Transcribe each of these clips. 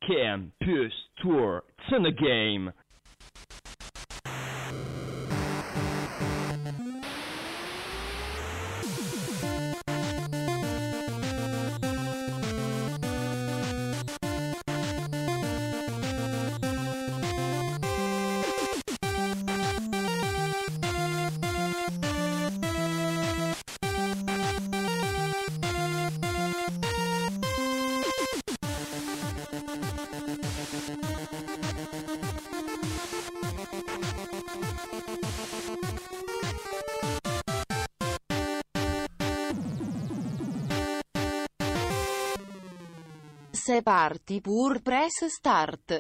Campus Tour, it's in the game. C'est parti pour Press Start.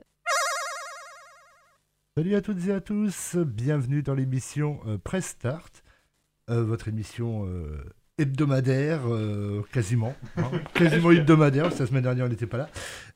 Salut à toutes et à tous, bienvenue dans l'émission Press Start, votre émission hebdomadaire, quasiment hebdomadaire, parce que la semaine dernière on n'était pas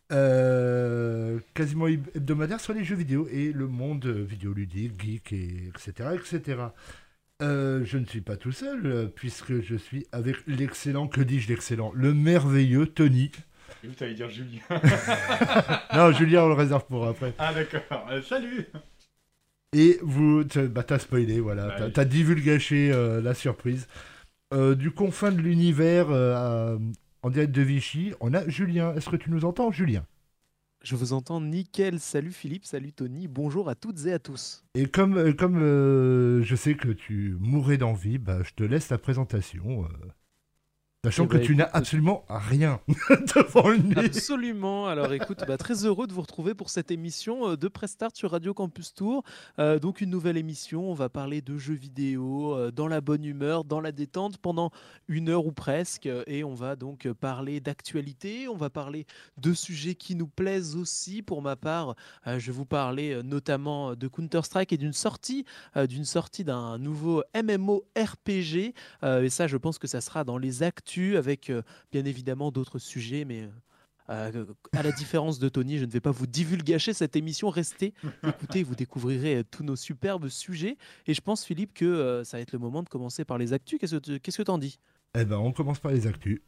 là, quasiment hebdomadaire sur les jeux vidéo et le monde vidéoludique, geek, etc. etc. Je ne suis pas tout seul, puisque je suis avec l'excellent, que dis-je l'excellent, le merveilleux Tony. Où t'allais dire Julien? Non, Julien, on le réserve pour après. Ah d'accord, salut. Et t'as spoilé, voilà, Bah, t'as divulgaché la surprise. Du confin de l'univers, en direct de Vichy, on a Julien. Est-ce que tu nous entends, Julien? Je vous entends nickel. Salut Philippe, salut Tony, bonjour à toutes et à tous. Et comme je sais que tu mourrais d'envie, bah, je te laisse la présentation. Sachant que tu n'as absolument rien devant le nez. Absolument. Alors écoute, très heureux de vous retrouver pour cette émission de Press Start sur Radio Campus Tour. Donc une nouvelle émission, on va parler de jeux vidéo dans la bonne humeur, dans la détente pendant une heure ou presque. Et on va donc parler d'actualité, on va parler de sujets qui nous plaisent aussi. Pour ma part, je vais vous parler notamment de Counter-Strike et d'une sortie d'un nouveau MMORPG. Et ça, je pense que ça sera dans les actus avec bien évidemment d'autres sujets, mais à la différence de Tony, je ne vais pas vous divulgacher cette émission. Restez, écoutez, vous découvrirez tous nos superbes sujets. Et je pense, Philippe, que ça va être le moment de commencer par les actus. Qu'est-ce que t'en dis? Eh ben, on commence par les actus.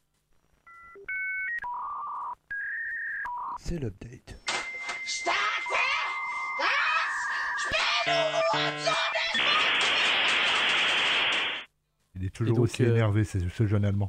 C'est l'update. Il est toujours aussi énervé, ce jeune Allemand.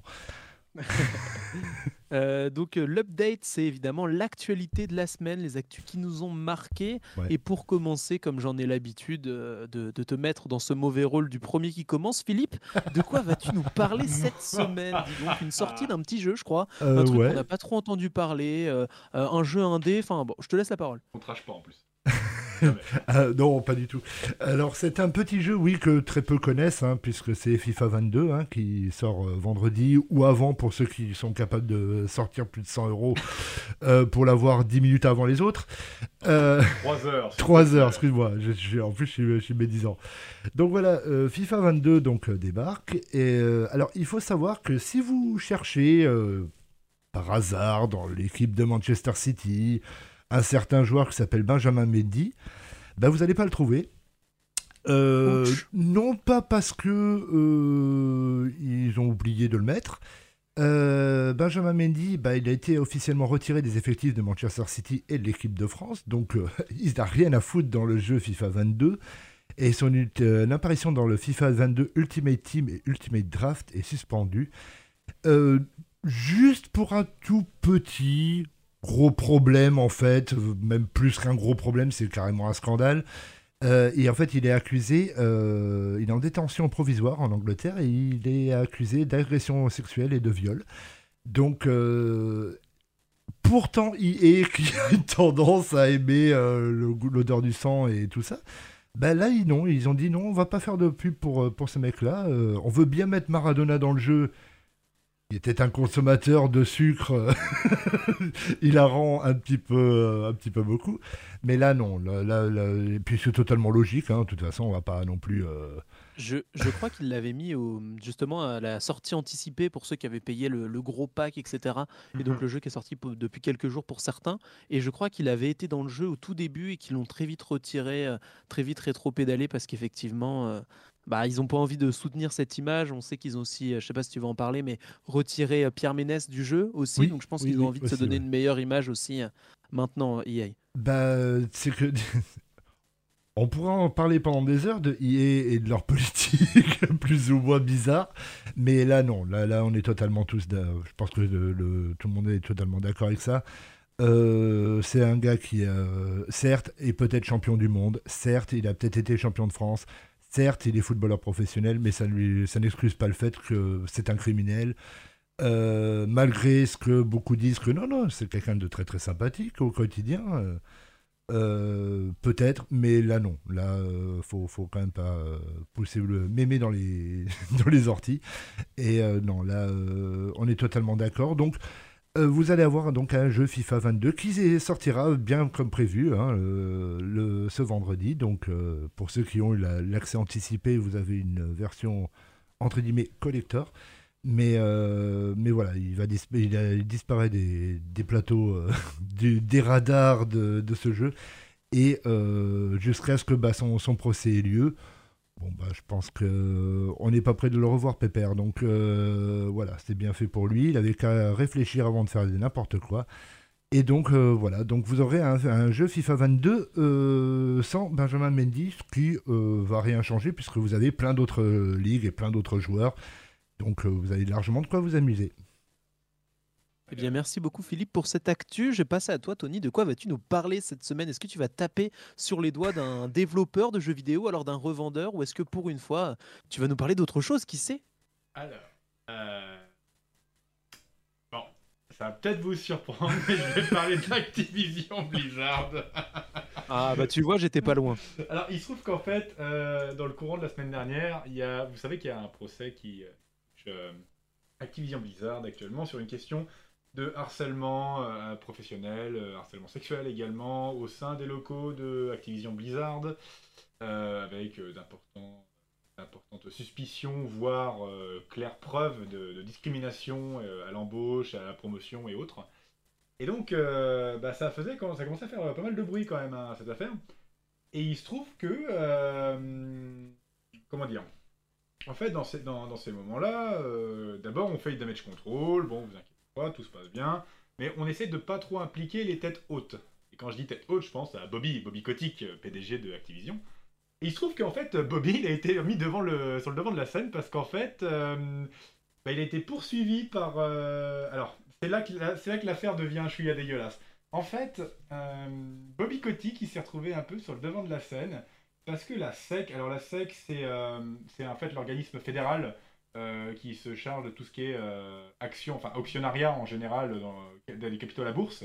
Donc l'update, c'est évidemment l'actualité de la semaine, les actus qui nous ont marqués. Ouais. Et pour commencer, comme j'en ai l'habitude de te mettre dans ce mauvais rôle du premier qui commence, Philippe, de quoi vas-tu nous parler cette semaine? Dis donc, une sortie d'un petit jeu, je crois, un truc qu'on n'a pas trop entendu parler, un jeu indé, enfin bon, je te laisse la parole. On trash pas en plus. Non, pas du tout. Alors, c'est un petit jeu, oui, que très peu connaissent, puisque c'est FIFA 22 qui sort vendredi ou avant pour ceux qui sont capables de sortir plus de 100 € pour l'avoir 10 minutes avant les autres. 3 heures. 3 heures, excuse-moi. En plus, je suis médisant. Donc voilà, FIFA 22 débarque. Et alors, il faut savoir que si vous cherchez par hasard dans l'équipe de Manchester City un certain joueur qui s'appelle Benjamin Mendy, vous n'allez pas le trouver. Non pas parce que ils ont oublié de le mettre. Benjamin Mendy, il a été officiellement retiré des effectifs de Manchester City et de l'équipe de France, donc il n'a rien à foutre dans le jeu FIFA 22. Et son apparition dans le FIFA 22 Ultimate Team et Ultimate Draft est suspendue. Juste pour un tout petit gros problème, en fait, même plus qu'un gros problème, c'est carrément un scandale. Et en fait, il est accusé, il est en détention provisoire en Angleterre et il est accusé d'agression sexuelle et de viol. Donc, pourtant, EA qui a une tendance à aimer l'odeur du sang et tout ça, là, ils ont dit non, on va pas faire de pub pour ce mec-là. On veut bien mettre Maradona dans le jeu. Il était un consommateur de sucre, il en rend un petit peu beaucoup. Mais là, non. Là, et puis c'est totalement logique. De toute façon, on va pas non plus Je crois qu'il l'avait mis justement à la sortie anticipée pour ceux qui avaient payé le gros pack, etc. Et donc le jeu qui est sorti depuis quelques jours pour certains. Et je crois qu'il avait été dans le jeu au tout début et qu'ils l'ont très vite retiré, très vite rétro-pédalé parce qu'effectivement, bah, ils n'ont pas envie de soutenir cette image. On sait qu'ils ont aussi, je sais pas si tu vas en parler, mais retiré Pierre Ménès du jeu aussi. Oui, Donc je pense oui, qu'ils ont oui, envie de se aussi, donner ouais. une meilleure image aussi maintenant, EA. Bah, c'est que on pourra en parler pendant des heures de EA et de leur politique plus ou moins bizarre, mais là non, là on est totalement je pense que tout le monde est totalement d'accord avec ça. C'est un gars qui, certes, est peut-être champion du monde, certes, il a peut-être été champion de France, certes, il est footballeur professionnel, mais ça n'excuse pas le fait que c'est un criminel. Malgré ce que beaucoup disent que non, c'est quelqu'un de très très sympathique au quotidien. Peut-être, mais là non. Là, faut quand même pas pousser le mémé dans les, dans les orties. Et non, là, on est totalement d'accord. Donc, vous allez avoir donc un jeu FIFA 22 qui sortira bien comme prévu hein, ce vendredi. Donc, pour ceux qui ont eu l'accès anticipé, vous avez une version entre guillemets collector. Mais voilà, il disparaît des plateaux, des radars de ce jeu. Et jusqu'à ce que son procès ait lieu, bon, bah, je pense qu'on n'est pas près de le revoir, Pépère. Donc voilà, c'est bien fait pour lui. Il avait qu'à réfléchir avant de faire n'importe quoi. Et donc voilà, donc vous aurez un jeu FIFA 22 sans Benjamin Mendy, ce qui va rien changer puisque vous avez plein d'autres ligues et plein d'autres joueurs. Donc vous avez largement de quoi vous amuser. Eh bien, merci beaucoup Philippe pour cette actu. Je vais passer à toi Tony. De quoi vas-tu nous parler cette semaine? Est-ce que tu vas taper sur les doigts d'un développeur de jeux vidéo, alors d'un revendeur, ou est-ce que pour une fois, tu vas nous parler d'autre chose, qui sait? Alors, bon, ça va peut-être vous surprendre, mais je vais parler d'Activision Blizzard. Ah bah tu vois, j'étais pas loin. Alors, il se trouve qu'en fait, dans le courant de la semaine dernière, vous savez qu'il y a un procès qui Activision Blizzard actuellement sur une question de harcèlement professionnel, harcèlement sexuel également, au sein des locaux de Activision Blizzard, avec d'importantes suspicions, voire claires preuves de discrimination à l'embauche, à la promotion et autres. Et donc, ça commençait à faire pas mal de bruit quand même, hein, cette affaire. Et il se trouve que, comment dire, en fait, dans ces moments-là, d'abord on fait le damage control, bon, vous inquiétez pas, tout se passe bien, mais on essaie de pas trop impliquer les têtes hautes. Et quand je dis tête haute, je pense à Bobby Kotick, PDG de Activision. Et il se trouve qu'en fait, Bobby, il a été mis sur le devant de la scène parce qu'en fait, il a été poursuivi par... alors, c'est là que l'affaire devient un chouïa dégueulasse. En fait, Bobby Kotick, il s'est retrouvé un peu sur le devant de la scène parce que la SEC, alors la SEC, c'est en fait l'organisme fédéral qui se charge de tout ce qui est actionnariat en général dans les capitaux à la bourse,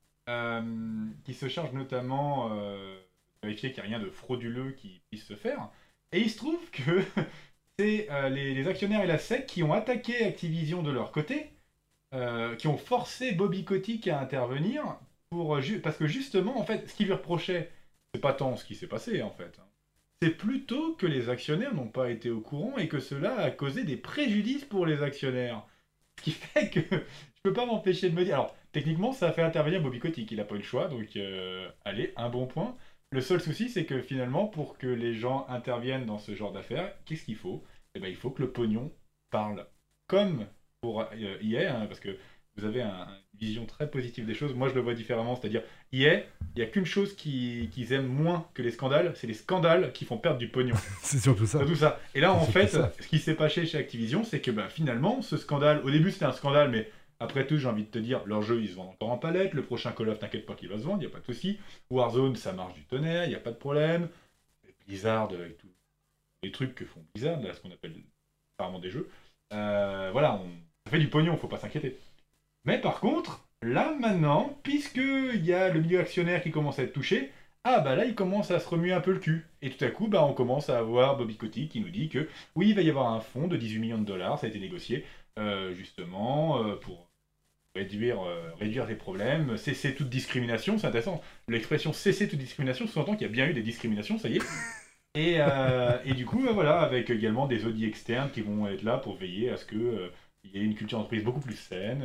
qui se charge notamment de vérifier qu'il n'y a rien de frauduleux qui puisse se faire. Et il se trouve que c'est les actionnaires et la SEC qui ont attaqué Activision de leur côté, qui ont forcé Bobby Kotick à intervenir parce que justement, en fait, ce qu'ils lui reprochaient, c'est pas tant ce qui s'est passé en fait. C'est plutôt que les actionnaires n'ont pas été au courant et que cela a causé des préjudices pour les actionnaires. Ce qui fait que je peux pas m'empêcher de me dire. Alors, techniquement, ça a fait intervenir Bobby Kotick, il n'a pas eu le choix, donc allez, un bon point. Le seul souci, c'est que finalement, pour que les gens interviennent dans ce genre d'affaires, qu'est-ce qu'il faut? Eh ben, il faut que le pognon parle. Comme pour EA, hein, parce que vous avez une vision très positive des choses. Moi, je le vois différemment, c'est-à-dire, EA, il n'y a qu'une chose qu'ils aiment moins que les scandales, c'est les scandales qui font perdre du pognon. C'est surtout ça. C'est tout ça. Et là, en fait, ça. ce qui s'est passé chez Activision, c'est que finalement, ce scandale, au début, c'était un scandale, mais après tout, j'ai envie de te dire, leur jeu, ils se vendent encore en palette. Le prochain Call of, t'inquiète pas qu'il va se vendre, il n'y a pas de souci. Warzone, ça marche du tonnerre, il n'y a pas de problème. Blizzard, avec tous les trucs que font Blizzard, là, ce qu'on appelle apparemment des jeux. Voilà, ça fait du pognon, faut pas s'inquiéter. Mais par contre, là maintenant, puisqu'il y a le milieu actionnaire qui commence à être touché, là il commence à se remuer un peu le cul. Et tout à coup, on commence à avoir Bobby Kotick qui nous dit que oui, il va y avoir un fonds de 18 millions de dollars, ça a été négocié, justement, pour réduire les problèmes, cesser toute discrimination, c'est intéressant. L'expression cesser toute discrimination sous-entend qu'il y a bien eu des discriminations, ça y est. Et du coup, voilà, avec également des audits externes qui vont être là pour veiller à ce que il y ait une culture d'entreprise beaucoup plus saine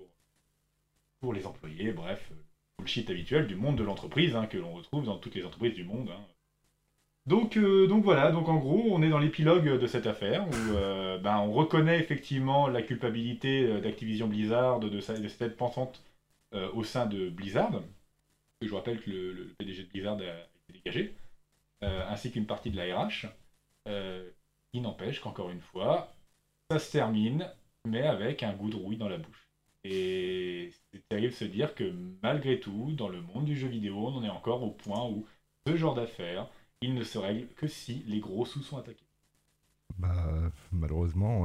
pour les employés. Bref, le bullshit habituel du monde de l'entreprise que l'on retrouve dans toutes les entreprises du monde. Donc voilà, donc en gros, on est dans l'épilogue de cette affaire où on reconnaît effectivement la culpabilité d'Activision Blizzard, de cette tête pensante au sein de Blizzard. Je vous rappelle que le PDG de Blizzard a été dégagé, ainsi qu'une partie de la RH. Il n'empêche qu'encore une fois, ça se termine, mais avec un goût de rouille dans la bouche. Et c'est terrible de se dire que malgré tout, dans le monde du jeu vidéo, on en est encore au point où ce genre d'affaires, il ne se règle que si les gros sous sont attaqués. Bah, malheureusement,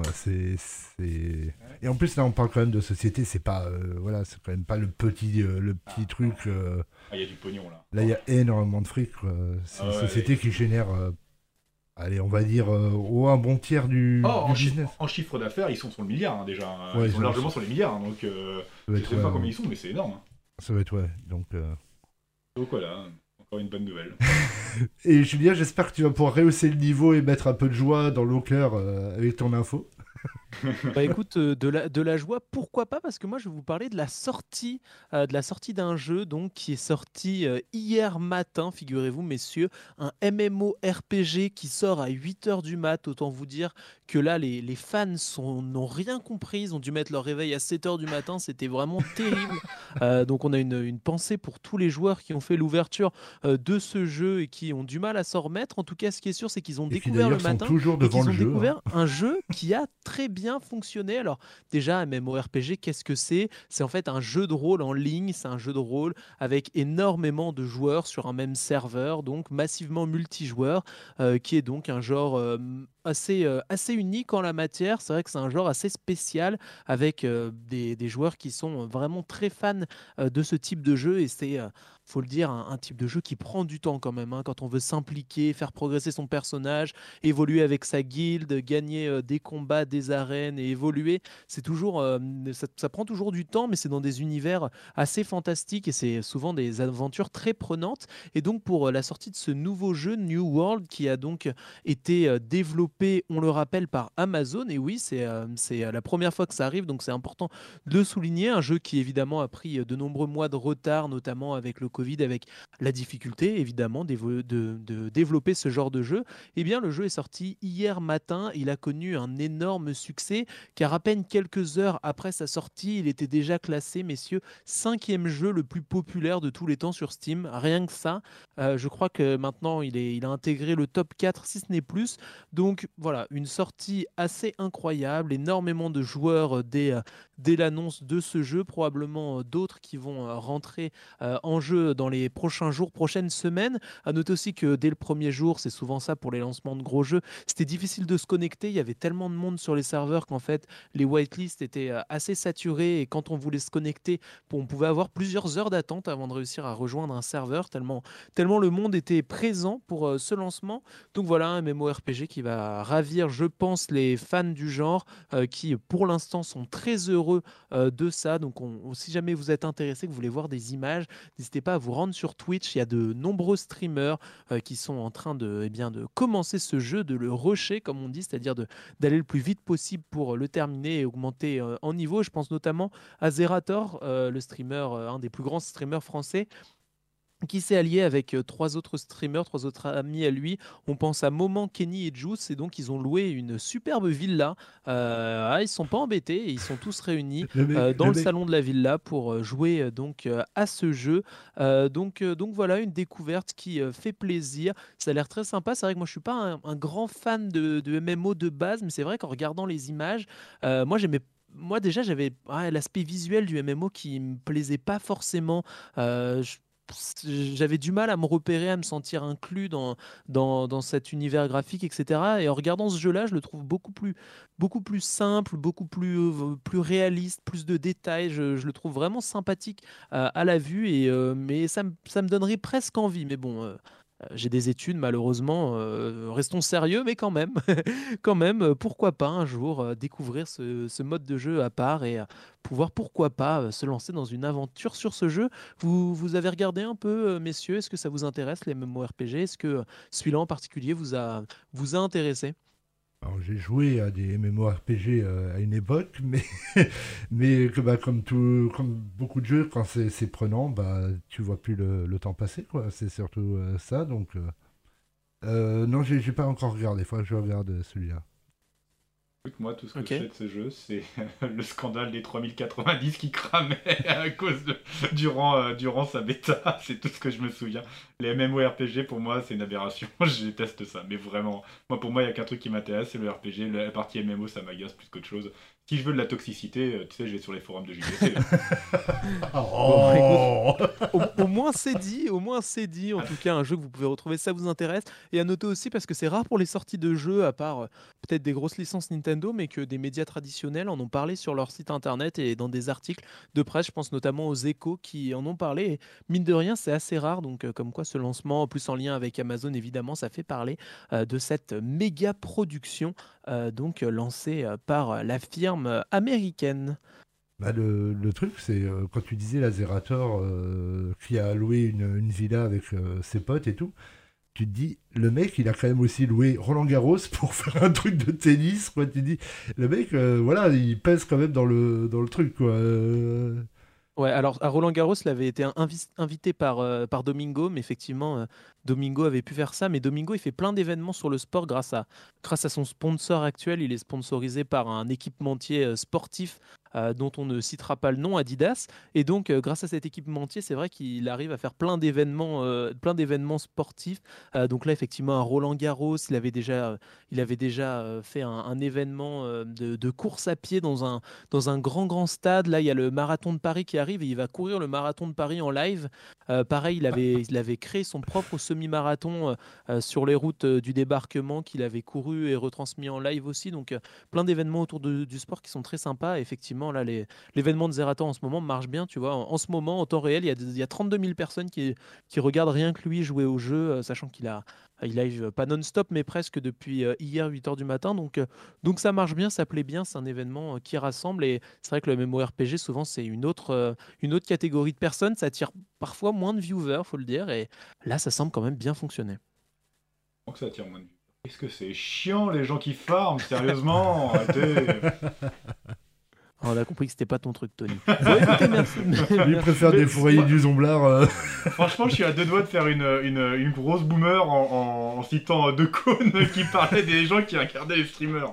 c'est. Et en plus, là, on parle quand même de société, c'est pas. Voilà, c'est quand même pas le petit truc. Il y a du pognon là. Là, il y a énormément de fric, quoi. C'est une société qui génère. Allez, on va dire un bon tiers du business. En chiffre d'affaires, ils sont sur le milliard déjà. Ouais, ils sont largement sur les milliards, donc je ne sais pas combien ils sont, mais c'est énorme. Ça va être, ouais. Donc voilà, encore une bonne nouvelle. Et Julien, j'espère que tu vas pouvoir rehausser le niveau et mettre un peu de joie dans le cœur avec ton info. Bah écoute, de la joie, pourquoi pas? Parce que moi, je vais vous parler de la sortie d'un jeu donc qui est sorti hier matin, figurez-vous, messieurs, un MMORPG qui sort à 8h du mat. Autant vous dire que là, les fans n'ont rien compris. Ils ont dû mettre leur réveil à 7h du matin. C'était vraiment terrible. Donc, on a une pensée pour tous les joueurs qui ont fait l'ouverture de ce jeu et qui ont du mal à s'en remettre. En tout cas, ce qui est sûr, c'est qu'ils ont découvert le matin et qu'ils ont découvert un jeu qui a très bien fonctionné. Alors déjà, MMORPG, qu'est-ce que c'est? C'est en fait un jeu de rôle en ligne, c'est un jeu de rôle avec énormément de joueurs sur un même serveur, donc massivement multijoueur, qui est donc un genre assez unique en la matière. C'est vrai que c'est un genre assez spécial avec des joueurs qui sont vraiment très fans de ce type de jeu et c'est faut le dire, un type de jeu qui prend du temps quand même, quand on veut s'impliquer, faire progresser son personnage, évoluer avec sa guilde, gagner des combats, des arènes et évoluer. C'est toujours, ça prend toujours du temps, mais c'est dans des univers assez fantastiques et c'est souvent des aventures très prenantes. Et donc pour la sortie de ce nouveau jeu New World qui a donc été développé, on le rappelle, par Amazon, et oui, c'est la première fois que ça arrive, donc c'est important de le souligner. Un jeu qui évidemment a pris de nombreux mois de retard, notamment avec le Covid, avec la difficulté évidemment de développer ce genre de jeu. Eh bien, le jeu est sorti hier matin. Il a connu un énorme succès car à peine quelques heures après sa sortie, il était déjà classé, messieurs, 5e jeu le plus populaire de tous les temps sur Steam. Rien que ça. Je crois que maintenant, il a intégré le top 4, si ce n'est plus. Donc voilà, une sortie assez incroyable. Énormément de joueurs dès l'annonce de ce jeu. Probablement d'autres qui vont rentrer en jeu dans les prochains jours, prochaines semaines. À noter aussi que dès le premier jour, c'est souvent ça pour les lancements de gros jeux, c'était difficile de se connecter. Il y avait tellement de monde sur les serveurs qu'en fait, les whitelists étaient assez saturés et quand on voulait se connecter, on pouvait avoir plusieurs heures d'attente avant de réussir à rejoindre un serveur, tellement le monde était présent pour ce lancement. Donc voilà, un MMORPG qui va ravir, je pense, les fans du genre qui, pour l'instant, sont très heureux de ça. Donc si jamais vous êtes intéressé, que vous voulez voir des images, n'hésitez pas à vous rendre sur Twitch. Il y a de nombreux streamers qui sont en train de commencer ce jeu, de le rusher, comme on dit, c'est-à-dire d'aller le plus vite possible pour le terminer et augmenter en niveau. Je pense notamment à Zerator, le streamer, un des plus grands streamers français, qui s'est allié avec trois autres streamers, trois autres amis à lui. On pense à Moment, Kenny et Juice, et donc ils ont loué une superbe villa. Ils sont pas embêtés, et ils sont tous réunis dans le salon de la villa pour jouer à ce jeu. Donc voilà, une découverte qui fait plaisir. Ça a l'air très sympa. C'est vrai que moi je suis pas un grand fan de MMO de base, mais c'est vrai qu'en regardant les images, moi déjà j'avais l'aspect visuel du MMO qui me plaisait pas forcément. J'avais du mal à me repérer, à me sentir inclus dans cet univers graphique, etc. Et en regardant ce jeu-là, je le trouve beaucoup plus simple, beaucoup plus réaliste, plus de détails. Je le trouve vraiment sympathique à la vue, mais ça me donnerait presque envie. Mais bon, J'ai des études, malheureusement. Restons sérieux, mais quand même, quand même, pourquoi pas un jour découvrir ce mode de jeu à part et pouvoir, pourquoi pas, se lancer dans une aventure sur ce jeu. Vous avez regardé un peu, messieurs, est-ce que ça vous intéresse, les MMORPG? Est-ce que celui-là en particulier vous a intéressé? Alors, j'ai joué à des MMORPG à une époque, mais que, comme beaucoup de jeux, quand c'est prenant, tu vois plus le temps passer, quoi. C'est surtout ça. Donc, non, j'ai pas encore regardé. Il faudra que je regarde celui-là. Écoute, moi, tout ce que Ok. je sais de ce jeu, c'est le scandale des 3090 qui cramait à cause durant sa bêta. C'est tout ce que je me souviens. Les MMORPG, pour moi, c'est une aberration. Je déteste ça, mais vraiment. Pour moi, il n'y a qu'un truc qui m'intéresse, c'est le RPG. La partie MMO, ça m'agace plus qu'autre chose. Si je veux de la toxicité, tu sais, je vais sur les forums de JDC. Oh Au moins c'est dit, en tout cas un jeu que vous pouvez retrouver, ça vous intéresse. Et à noter aussi parce que c'est rare pour les sorties de jeux, à part peut-être des grosses licences Nintendo, mais que des médias traditionnels en ont parlé sur leur site internet et dans des articles de presse. Je pense notamment aux Échos qui en ont parlé. Et mine de rien, c'est assez rare, donc comme quoi ce lancement, en plus en lien avec Amazon, évidemment, ça fait parler de cette méga production donc lancée par la firme américaine. Le truc, c'est quand tu disais la Zerator qui a loué une villa avec ses potes et tout, tu te dis, le mec, il a quand même aussi loué Roland Garros pour faire un truc de tennis, quoi. Tu te dis, le mec, voilà, il pèse quand même dans le truc, quoi. Ouais, alors à Roland Garros, il avait été invité par Domingo, mais effectivement, Domingo avait pu faire ça. Mais Domingo, il fait plein d'événements sur le sport grâce à son sponsor actuel. Il est sponsorisé par un équipementier sportif dont on ne citera pas le nom, Adidas. Et donc, grâce à cet équipementier, c'est vrai qu'il arrive à faire plein d'événements sportifs. Donc là, effectivement, à Roland Garros, il avait déjà fait un événement de course à pied dans un grand stade. Là, il y a le marathon de Paris qui arrive et il va courir le marathon de Paris en live. Pareil, il avait créé son propre semi-marathon sur les routes du débarquement qu'il avait couru et retransmis en live aussi. Donc, plein d'événements autour du sport qui sont très sympas. Et effectivement, là, l'événement de Zerator en ce moment marche bien. Tu vois, en ce moment, en temps réel, il y a 32 000 personnes qui regardent rien que lui jouer au jeu, sachant il live pas non-stop, mais presque depuis hier, 8h du matin. Donc ça marche bien, ça plaît bien, c'est un événement qui rassemble. Et c'est vrai que le MMORPG, souvent, c'est une autre catégorie de personnes. Ça attire parfois moins de viewers, faut le dire. Et là, ça semble quand même bien fonctionner. Donc ça attire moins de vues. Qu'est-ce que c'est chiant, les gens qui farment, sérieusement, arrêtez. On a compris que c'était pas ton truc, Tony. Bon, écoutez, merci. Il préfère défourailler du zomblard. Franchement, je suis à deux doigts de faire une grosse boomer en citant De Caunes qui parlait des gens qui regardaient les streamers.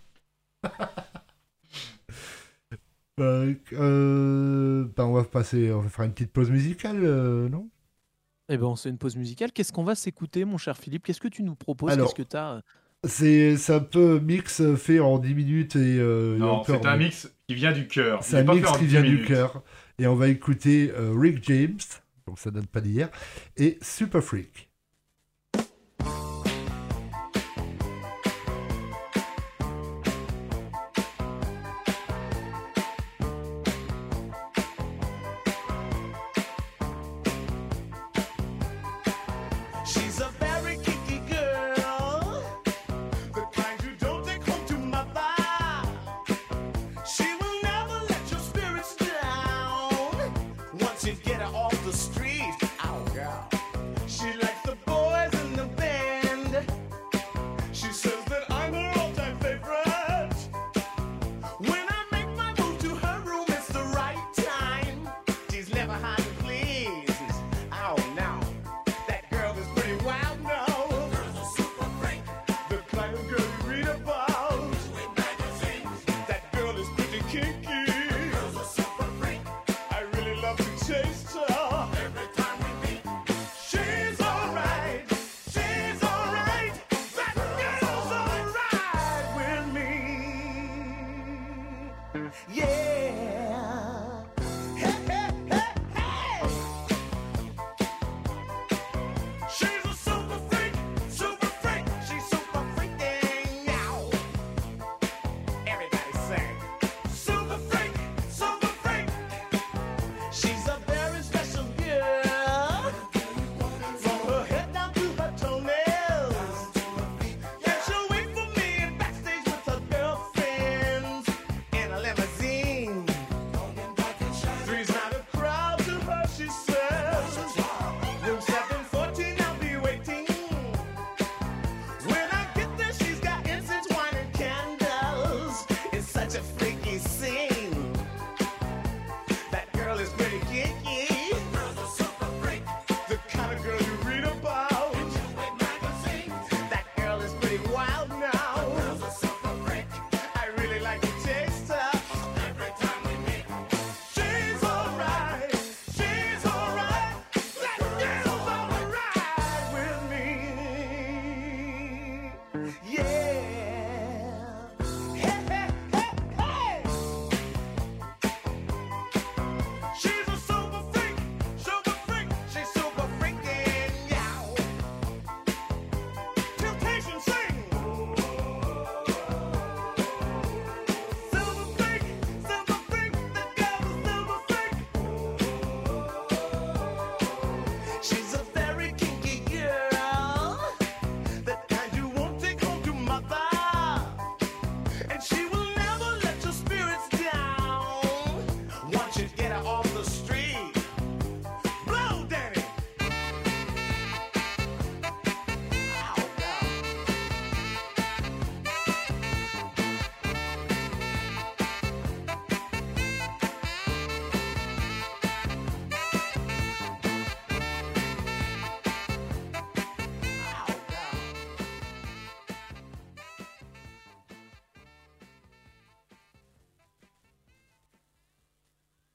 On va faire une petite pause musicale, non? Eh ben, on fait une pause musicale. Qu'est-ce qu'on va s'écouter, mon cher Philippe? Qu'est-ce que tu nous proposes? Alors, Qu'est-ce que tu as c'est un peu mix fait en 10 minutes et Non, encore, c'est un mix qui vient du cœur. c'est un mix qui vient du cœur. Et on va écouter Rick James, donc ça date pas d'hier, et Super Freak. She's a very kinky girl, the kind you don't take home to mother. She will never let your spirits down once you get her off the street. Oh, girl. She likes the boys in the band. She says that I'm her all-time favorite. When I make my move to her room, it's the right time. She's never hard to please. Oh, no. That girl is pretty wild now. Girls are super freak. The kind of girl you read about. In magazines. That girl is pretty kinky. Girls are super freak. I really love to taste her. Every time we meet. She's alright. She's alright. That girl's alright with me. Yeah. Hey, hey, hey, hey.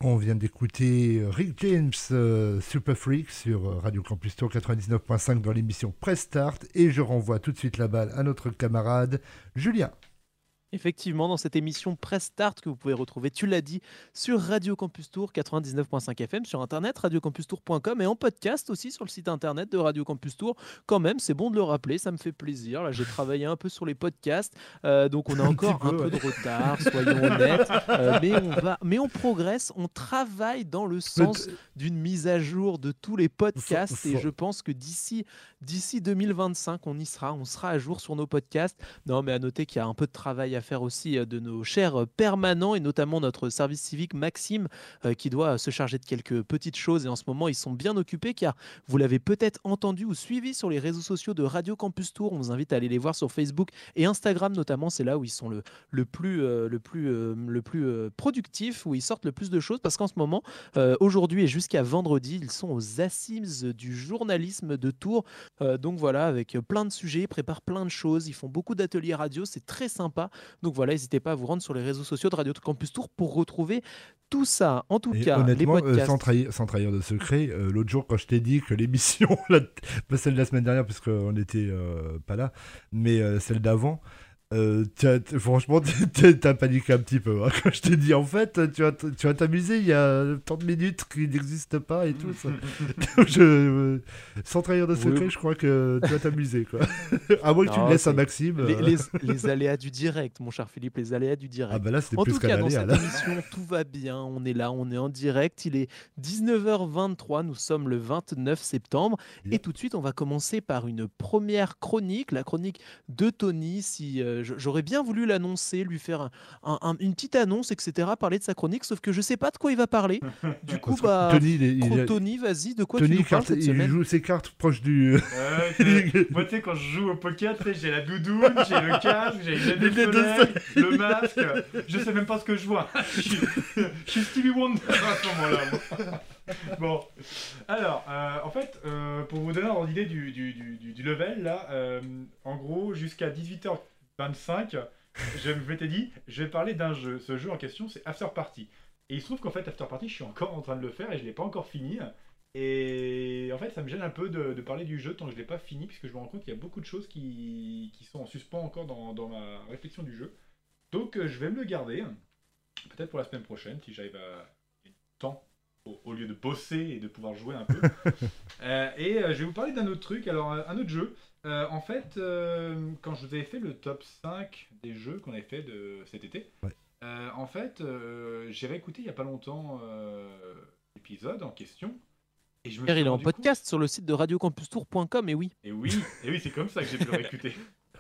On vient d'écouter Rick James, Super Freak sur Radio Campus Tour 99.5 dans l'émission Press Start. Et je renvoie tout de suite la balle à notre camarade Julien. Effectivement, dans cette émission Press Start que vous pouvez retrouver, tu l'as dit, sur Radio Campus Tour 99.5 FM, sur internet, radiocampustour.com et en podcast aussi sur le site internet de Radio Campus Tour. Quand même, c'est bon de le rappeler, ça me fait plaisir. Là, j'ai travaillé un peu sur les podcasts, donc on a encore un peu de retard, soyons honnêtes, mais on progresse, on travaille dans le sens d'une mise à jour de tous les podcasts et je pense que d'ici 2025, on sera à jour sur nos podcasts. Non, mais à noter qu'il y a un peu de travail à faire aussi de nos chers permanents et notamment notre service civique Maxime qui doit se charger de quelques petites choses et en ce moment ils sont bien occupés car vous l'avez peut-être entendu ou suivi sur les réseaux sociaux de Radio Campus Tour. On vous invite à aller les voir sur Facebook et Instagram notamment, c'est là où ils sont le plus productifs, où ils sortent le plus de choses parce qu'en ce moment aujourd'hui et jusqu'à vendredi ils sont aux assises du journalisme de Tours, donc voilà, avec plein de sujets, ils préparent plein de choses, ils font beaucoup d'ateliers radio, c'est très sympa. Donc voilà, n'hésitez pas à vous rendre sur les réseaux sociaux de Radio Campus Tour pour retrouver tout ça. En tout cas, honnêtement, les podcasts... sans trahir de secret, l'autre jour quand je t'ai dit que l'émission, pas celle de la semaine dernière parce qu'on n'était pas là, mais celle d'avant, franchement, t'as paniqué un petit peu. Hein, quand je t'ai dit, en fait, tu vas t'amuser, il y a tant de minutes qui n'existent pas et tout. Ça. Sans trahir de secret, oui. Je crois que tu vas t'amuser. Quoi. À moins que tu le laisses à Maxime. Les aléas du direct, mon cher Philippe, les aléas du direct. Ah bah là, c'était en plus tout qu'un cas, dans aléa. cette émission, tout va bien. On est là, on est en direct. Il est 19h23. Nous sommes le 29 septembre. Yep. Et tout de suite, on va commencer par une première chronique, la chronique de Tony. Si j'aurais bien voulu l'annoncer, lui faire une petite annonce, etc., parler de sa chronique, sauf que je sais pas de quoi il va parler. Du coup, Tony, vas-y, de quoi tu nous parles cette semaine ? Il joue ses cartes proches du... Moi, tu sais, quand je joue au poker, tu sais, j'ai la doudoune, j'ai le casque, j'ai les lunettes de soleil, le masque. Je sais même pas ce que je vois. Je suis Stevie Wonder à ce moment-là. Moi. Bon, alors, en fait, pour vous donner un ordre d'idée du level, là, en gros, jusqu'à 18h25, je m'étais dit, je vais parler d'un jeu. Ce jeu en question, c'est After Party. Et il se trouve qu'en fait, After Party, je suis encore en train de le faire et je l'ai pas encore fini. Et en fait, ça me gêne un peu de parler du jeu tant que je l'ai pas fini, puisque je me rends compte qu'il y a beaucoup de choses qui sont en suspens encore dans ma réflexion du jeu. Donc, je vais me le garder, peut-être pour la semaine prochaine, si j'arrive à gagner du temps, au lieu de bosser et de pouvoir jouer un peu. Je vais vous parler d'un autre truc, alors un autre jeu. En fait, quand je vous avais fait le top 5 des jeux qu'on avait fait de cet été, ouais. En fait, j'ai réécouté il y a pas longtemps l'épisode en question. Et je me suis il est en rendu podcast sur le site de radiocampustour.com, et oui. Et oui, c'est comme ça que j'ai pu le réécouter.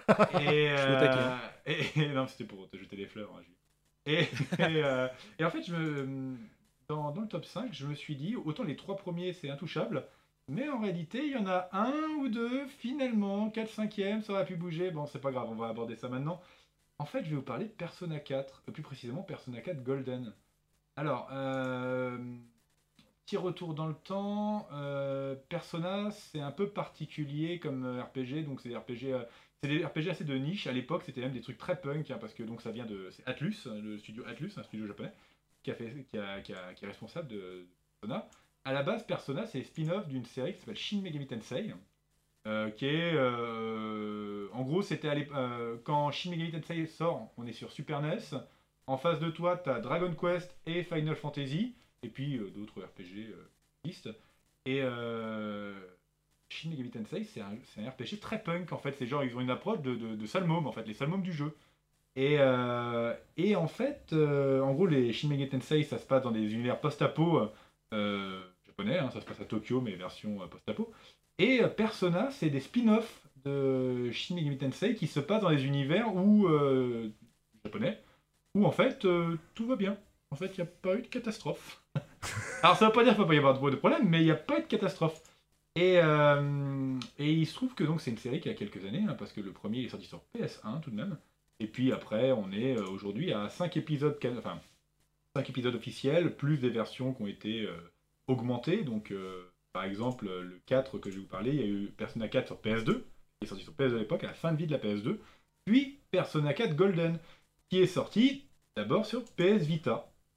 Non, c'était pour te jeter des fleurs, hein, Jules. Et en fait, dans le top 5, je me suis dit, autant les 3 premiers, c'est intouchable, mais en réalité, il y en a un ou deux, finalement, 4/5e, ça aurait pu bouger. Bon, c'est pas grave, on va aborder ça maintenant. En fait, je vais vous parler de Persona 4, plus précisément Persona 4 Golden. Alors, petit retour dans le temps, Persona, c'est un peu particulier comme RPG, donc c'est des RPG assez de niche. À l'époque, c'était même des trucs très punk, hein, parce que donc ça vient c'est Atlus, le studio Atlus, un studio japonais, qui est responsable de Persona. À la base, Persona, c'est le spin-off d'une série qui s'appelle Shin Megami Tensei, qui est... en gros, c'était quand Shin Megami Tensei sort, on est sur Super NES. En face de toi, tu as Dragon Quest et Final Fantasy, et puis d'autres RPG existent. Et Shin Megami Tensei, c'est un RPG très punk, en fait. C'est genre, ils ont une approche de salmôme, en fait, les salmômes du jeu. Et en fait, en gros, les Shin Megami Tensei, ça se passe dans des univers post-apo japonais, hein, ça se passe à Tokyo, mais version post-apo. Et Persona, c'est des spin-offs de Shin Megami Tensei qui se passent dans des univers japonais, où en fait, tout va bien. En fait, il n'y a pas eu de catastrophe. Alors, ça ne veut pas dire qu'il ne peut pas y avoir de problème, mais il n'y a pas eu de catastrophe. Et il se trouve que donc, c'est une série qui a quelques années, hein, parce que le premier est sorti sur PS1 tout de même. Et puis après, on est aujourd'hui à 5 épisodes officiels, plus des versions qui ont été augmentées. Donc, par exemple, le 4 que je vais vous parler, il y a eu Persona 4 sur PS2, qui est sorti sur PS2 à l'époque, à la fin de vie de la PS2. Puis Persona 4 Golden, qui est sorti d'abord sur PS Vita.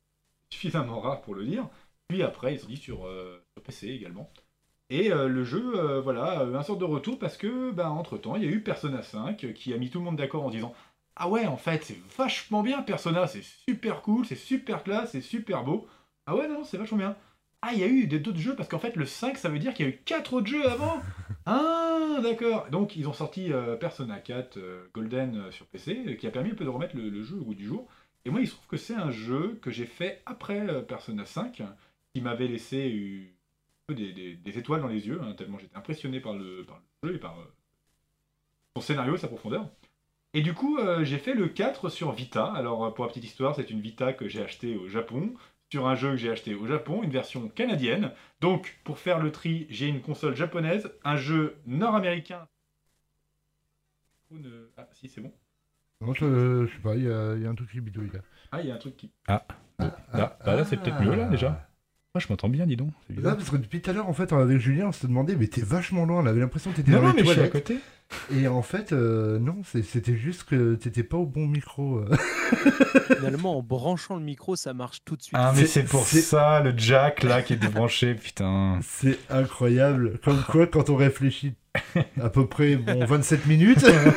suffisamment rare pour le dire. Puis après, ils sont dit sur PC également. Et le jeu, voilà, un sorte de retour parce que, entre-temps, il y a eu Persona 5 qui a mis tout le monde d'accord en disant « Ah ouais, en fait, c'est vachement bien Persona, c'est super cool, c'est super classe, c'est super beau. Ah ouais, non, c'est vachement bien. Ah, il y a eu d'autres jeux parce qu'en fait, le 5, ça veut dire qu'il y a eu 4 autres jeux avant. Ah, d'accord. Donc, ils ont sorti Persona 4 Golden sur PC qui a permis un peu de remettre le jeu au goût du jour. Et moi, il se trouve que c'est un jeu que j'ai fait après Persona 5 qui m'avait laissé des étoiles dans les yeux, hein, tellement j'étais impressionné par le jeu et par son scénario et sa profondeur. Et du coup, j'ai fait le 4 sur Vita. Alors, pour la petite histoire, c'est une Vita que j'ai achetée au Japon, sur un jeu que j'ai acheté au Japon, une version canadienne. Donc, pour faire le tri, j'ai une console japonaise, un jeu nord-américain. Ah, si, c'est bon. Non, je sais pas, il y a un truc qui bidouille là. Ah, il y a un truc qui... Là, c'est peut-être mieux, là, déjà. Ah, je m'entends bien, dis donc. C'est bizarre. Là, parce que depuis tout à l'heure, en fait, avec Julien, on se demandait, mais t'es vachement loin. On avait l'impression que t'étais Non, dans non, les mais je suis à toilettes. côté. Et en fait, non, c'était juste que t'étais pas au bon micro. Finalement, en branchant le micro, ça marche tout de suite. Ah, mais c'est pour c'est- ça, le jack, là, qui est débranché, putain. C'est incroyable. Comme quoi, quand on réfléchit à peu près 27 minutes,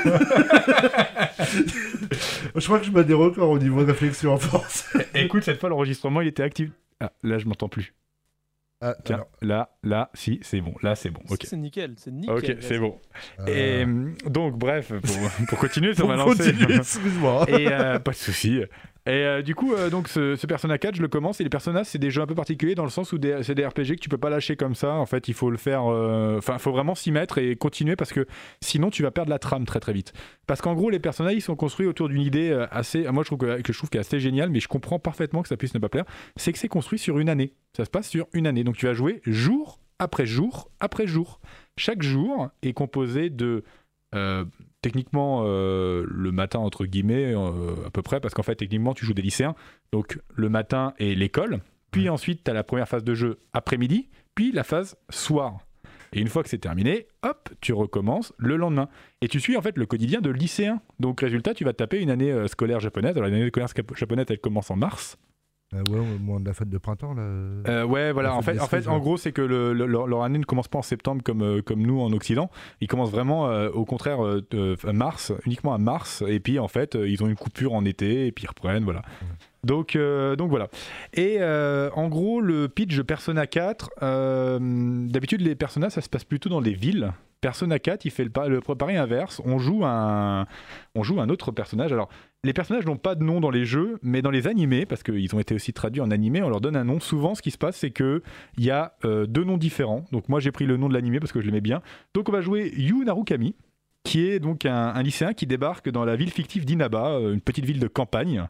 je crois que je bats des records au niveau de réflexion en force. Écoute, cette fois, l'enregistrement, il était actif. Ah, là, je m'entends plus. Ah, Tiens, alors, là, si, c'est bon. Là, c'est bon, ok. C'est nickel, c'est nickel. Ok, c'est bon. euh, Et donc, bref, pour continuer sur pour ma lancée. continuer, excuse-moi. Et pas de souci. Et du coup, donc ce Persona 4, je le commence. Et les Persona, c'est des jeux un peu particuliers dans le sens où c'est des RPG que tu peux pas lâcher comme ça. En fait, il faut le faire. Enfin, il faut vraiment s'y mettre et continuer parce que sinon, tu vas perdre la trame très très vite. Parce qu'en gros, les Persona, ils sont construits autour d'une idée assez. Moi, je trouve qu'elle est assez géniale, mais je comprends parfaitement que ça puisse ne pas plaire. C'est que c'est construit sur une année. Ça se passe sur une année. Donc, tu vas jouer jour après jour après jour. Chaque jour est composé de techniquement le matin entre guillemets à peu près parce qu'en fait techniquement tu joues des lycéens donc le matin est l'école puis ensuite tu as la première phase de jeu après-midi puis la phase soir et une fois que c'est terminé hop tu recommences le lendemain et tu suis en fait le quotidien de lycéen donc résultat tu vas te taper une année scolaire japonaise. Alors l'année scolaire japonaise elle commence en mars. Ouais, au moment de la fête de printemps, là. Ouais, voilà. La En fête des fait, cerises, en ouais. gros, c'est que leur année ne commence pas en septembre comme nous en Occident. Ils commencent vraiment, au contraire, mars, uniquement à mars. Et puis, en fait, ils ont une coupure en été et puis ils reprennent, voilà. Donc voilà. Et en gros, le pitch de Persona 4, d'habitude, les Persona, ça se passe plutôt dans des villes. Persona 4, il fait le pari inverse. On joue un autre personnage. Alors, les personnages n'ont pas de nom dans les jeux, mais dans les animés, parce qu'ils ont été aussi traduits en animé, on leur donne un nom. Souvent, ce qui se passe, c'est qu'il y a deux noms différents. Donc moi, j'ai pris le nom de l'animé parce que je l'aimais bien. Donc on va jouer Yu Narukami, qui est donc un lycéen qui débarque dans la ville fictive d'Inaba, une petite ville de campagne.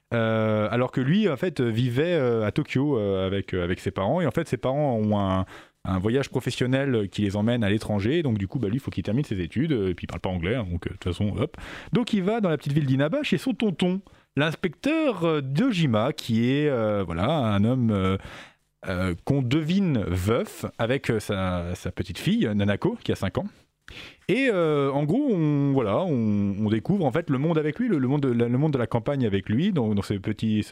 Alors que lui, en fait, vivait à Tokyo avec ses parents. Et en fait, ses parents ont un voyage professionnel qui les emmène à l'étranger, donc du coup lui il faut qu'il termine ses études et puis il parle pas anglais hein, donc de toute façon hop. Donc il va dans la petite ville d'Inaba chez son tonton, l'inspecteur Dojima, qui est voilà un homme qu'on devine veuf avec sa petite fille Nanako qui a 5 ans. Et en gros, on découvre en fait le monde avec lui, le monde de la campagne avec lui, dans toute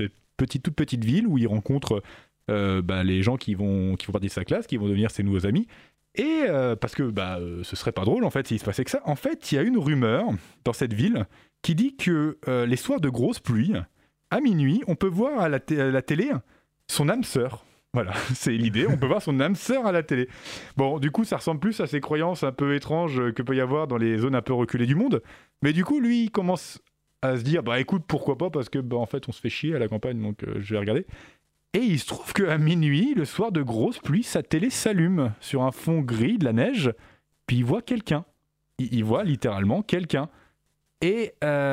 petite ville où il rencontre les gens qui font partie de sa classe, qui vont devenir ses nouveaux amis. Et parce que ce serait pas drôle en fait s'il se passait que ça. En fait, il y a une rumeur dans cette ville qui dit que les soirs de grosse pluie, à minuit, on peut voir à la télé son âme sœur. Voilà, c'est l'idée, on peut voir son âme sœur à la télé. Bon, du coup, ça ressemble plus à ces croyances un peu étranges que peut y avoir dans les zones un peu reculées du monde. Mais du coup, lui, il commence à se dire, écoute, pourquoi pas, parce que en fait, on se fait chier à la campagne, donc je vais regarder. Et il se trouve qu'à minuit, le soir de grosse pluie, sa télé s'allume sur un fond gris de la neige, puis il voit quelqu'un. Il voit littéralement quelqu'un. Et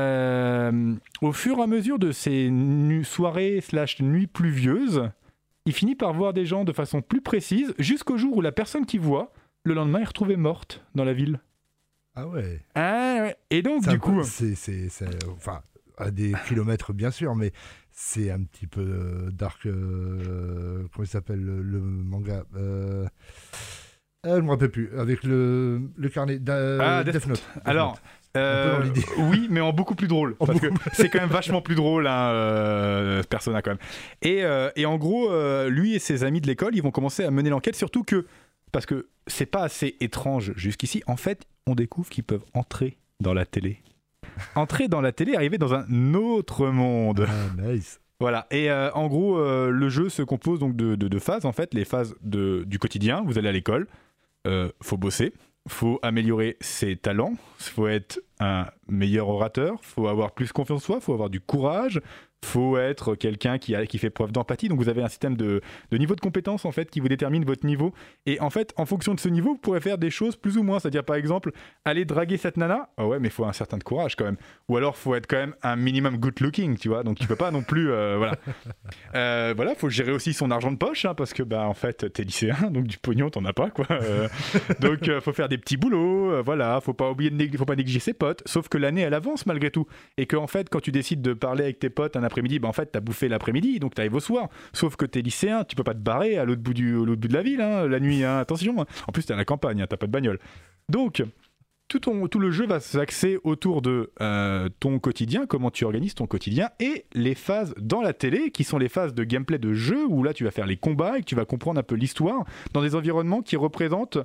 au fur et à mesure de ces soirées / nuits pluvieuses, il finit par voir des gens de façon plus précise, jusqu'au jour où la personne qu'il voit, le lendemain, est retrouvée morte dans la ville. Ah ouais. Ah ouais. Et donc, C'est du un coup... peu- c'est enfin, à des kilomètres, bien sûr, mais c'est un petit peu dark. Comment il s'appelle le manga je me rappelle plus. Avec le carnet. Death Death Note. Alors, peu dans l'idée. Oui, mais en beaucoup plus drôle. Parce que c'est quand même vachement plus drôle, Persona, quand même. Et en gros, lui et ses amis de l'école, ils vont commencer à mener l'enquête, surtout que, parce que c'est pas assez étrange jusqu'ici, en fait, on découvre qu'ils peuvent entrer dans la télé. Entrer dans la télé, arriver dans un autre monde. Ah, nice. Voilà, et en gros, le jeu se compose donc de deux phases, en fait, les phases du quotidien, vous allez à l'école, faut bosser, faut améliorer ses talents, faut être un meilleur orateur, faut avoir plus confiance en soi, faut avoir du courage, faut être quelqu'un qui fait preuve d'empathie. Donc vous avez un système de niveau de compétence en fait qui vous détermine votre niveau. Et en fait, en fonction de ce niveau, vous pourrez faire des choses plus ou moins. C'est-à-dire par exemple, aller draguer cette nana. Ah ouais, mais il faut un certain courage quand même. Ou alors faut être quand même un minimum good looking, tu vois. Donc tu peux pas non plus, voilà. Voilà, faut gérer aussi son argent de poche, hein, parce que bah en fait t'es lycéen, donc du pognon t'en as pas quoi. Donc faut faire des petits boulots, voilà. Faut pas négliger ses potes. Sauf que l'année elle avance malgré tout, et que en fait quand tu décides de parler avec tes potes un après-midi, bah en fait t'as bouffé l'après-midi, donc t'arrives au soir. Sauf que t'es lycéen, tu peux pas te barrer à l'autre bout de la ville, hein, la nuit, hein, attention. En plus t'es à la campagne, hein, t'as pas de bagnole. Donc tout le jeu va s'axer autour de ton quotidien, comment tu organises ton quotidien, et les phases dans la télé, qui sont les phases de gameplay de jeu, où là tu vas faire les combats et que tu vas comprendre un peu l'histoire, dans des environnements qui représentent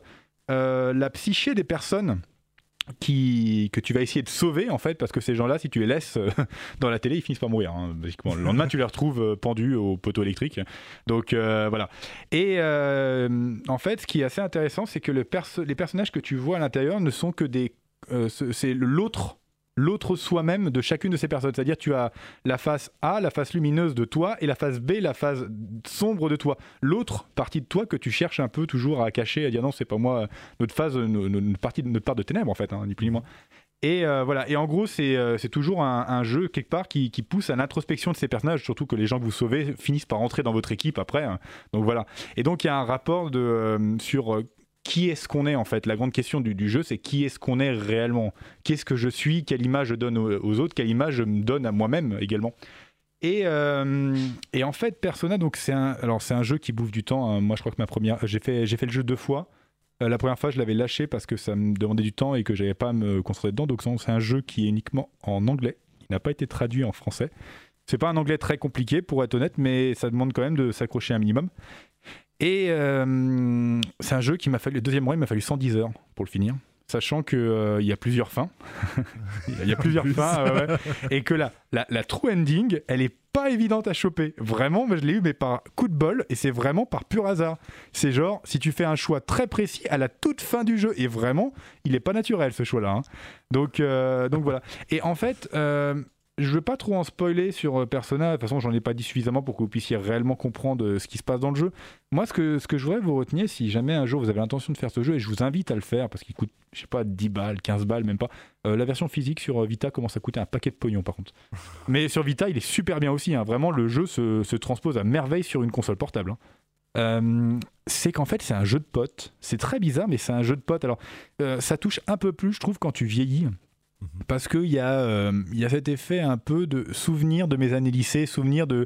la psyché des personnes que tu vas essayer de sauver en fait, parce que ces gens-là, si tu les laisses dans la télé, ils finissent par mourir, hein, basiquement. Le lendemain tu les retrouves pendus au poteau électrique, donc voilà. Et en fait ce qui est assez intéressant, c'est que les personnages que tu vois à l'intérieur ne sont que c'est l'autre soi-même de chacune de ces personnes. C'est-à-dire tu as la face A, la face lumineuse de toi, et la face B, la face sombre de toi. L'autre partie de toi que tu cherches un peu toujours à cacher, à dire non, c'est pas moi, notre part de ténèbres en fait, hein, ni plus ni moins. Et voilà. Et en gros, c'est toujours un jeu quelque part qui pousse à l'introspection de ces personnages, surtout que les gens que vous sauvez finissent par entrer dans votre équipe après, hein. Donc voilà. Et donc il y a un rapport sur qui est-ce qu'on est en fait. La grande question du jeu, c'est qui est-ce qu'on est réellement, qu'est-ce que je suis, quelle image je donne aux autres, quelle image je me donne à moi-même également. Et en fait, Persona, donc c'est un jeu qui bouffe du temps, hein. Moi je crois que j'ai fait le jeu 2 fois. La première fois je l'avais lâché parce que ça me demandait du temps et que j'avais pas à me concentrer dedans. Donc c'est un jeu qui est uniquement en anglais, il n'a pas été traduit en français. C'est pas un anglais très compliqué pour être honnête, mais ça demande quand même de s'accrocher un minimum. Et c'est un jeu qui m'a fallu, le deuxième run, il m'a fallu 110 heures pour le finir, sachant qu'il y a plusieurs fins. Il y a plusieurs fins, ouais. Et que la true ending, elle est pas évidente à choper. Vraiment, je l'ai eu mais par coup de bol, et c'est vraiment par pur hasard. C'est genre, si tu fais un choix très précis à la toute fin du jeu, et vraiment, il est pas naturel ce choix-là, hein. Donc voilà. Et en fait... je veux pas trop en spoiler sur Persona, de toute façon j'en ai pas dit suffisamment pour que vous puissiez réellement comprendre ce qui se passe dans le jeu. Moi ce que je voudrais vous retenir, si jamais un jour vous avez l'intention de faire ce jeu, et je vous invite à le faire parce qu'il coûte, je sais pas, 10 balles, 15 balles, même pas. La version physique sur Vita commence à coûter un paquet de pognon par contre. Mais sur Vita il est super bien aussi, hein. Vraiment le jeu se transpose à merveille sur une console portable, hein. C'est qu'en fait c'est un jeu de potes, c'est très bizarre mais c'est un jeu de potes. Alors ça touche un peu plus je trouve quand tu vieillis, parce qu'il y a cet effet un peu de souvenir de mes années lycée, souvenir de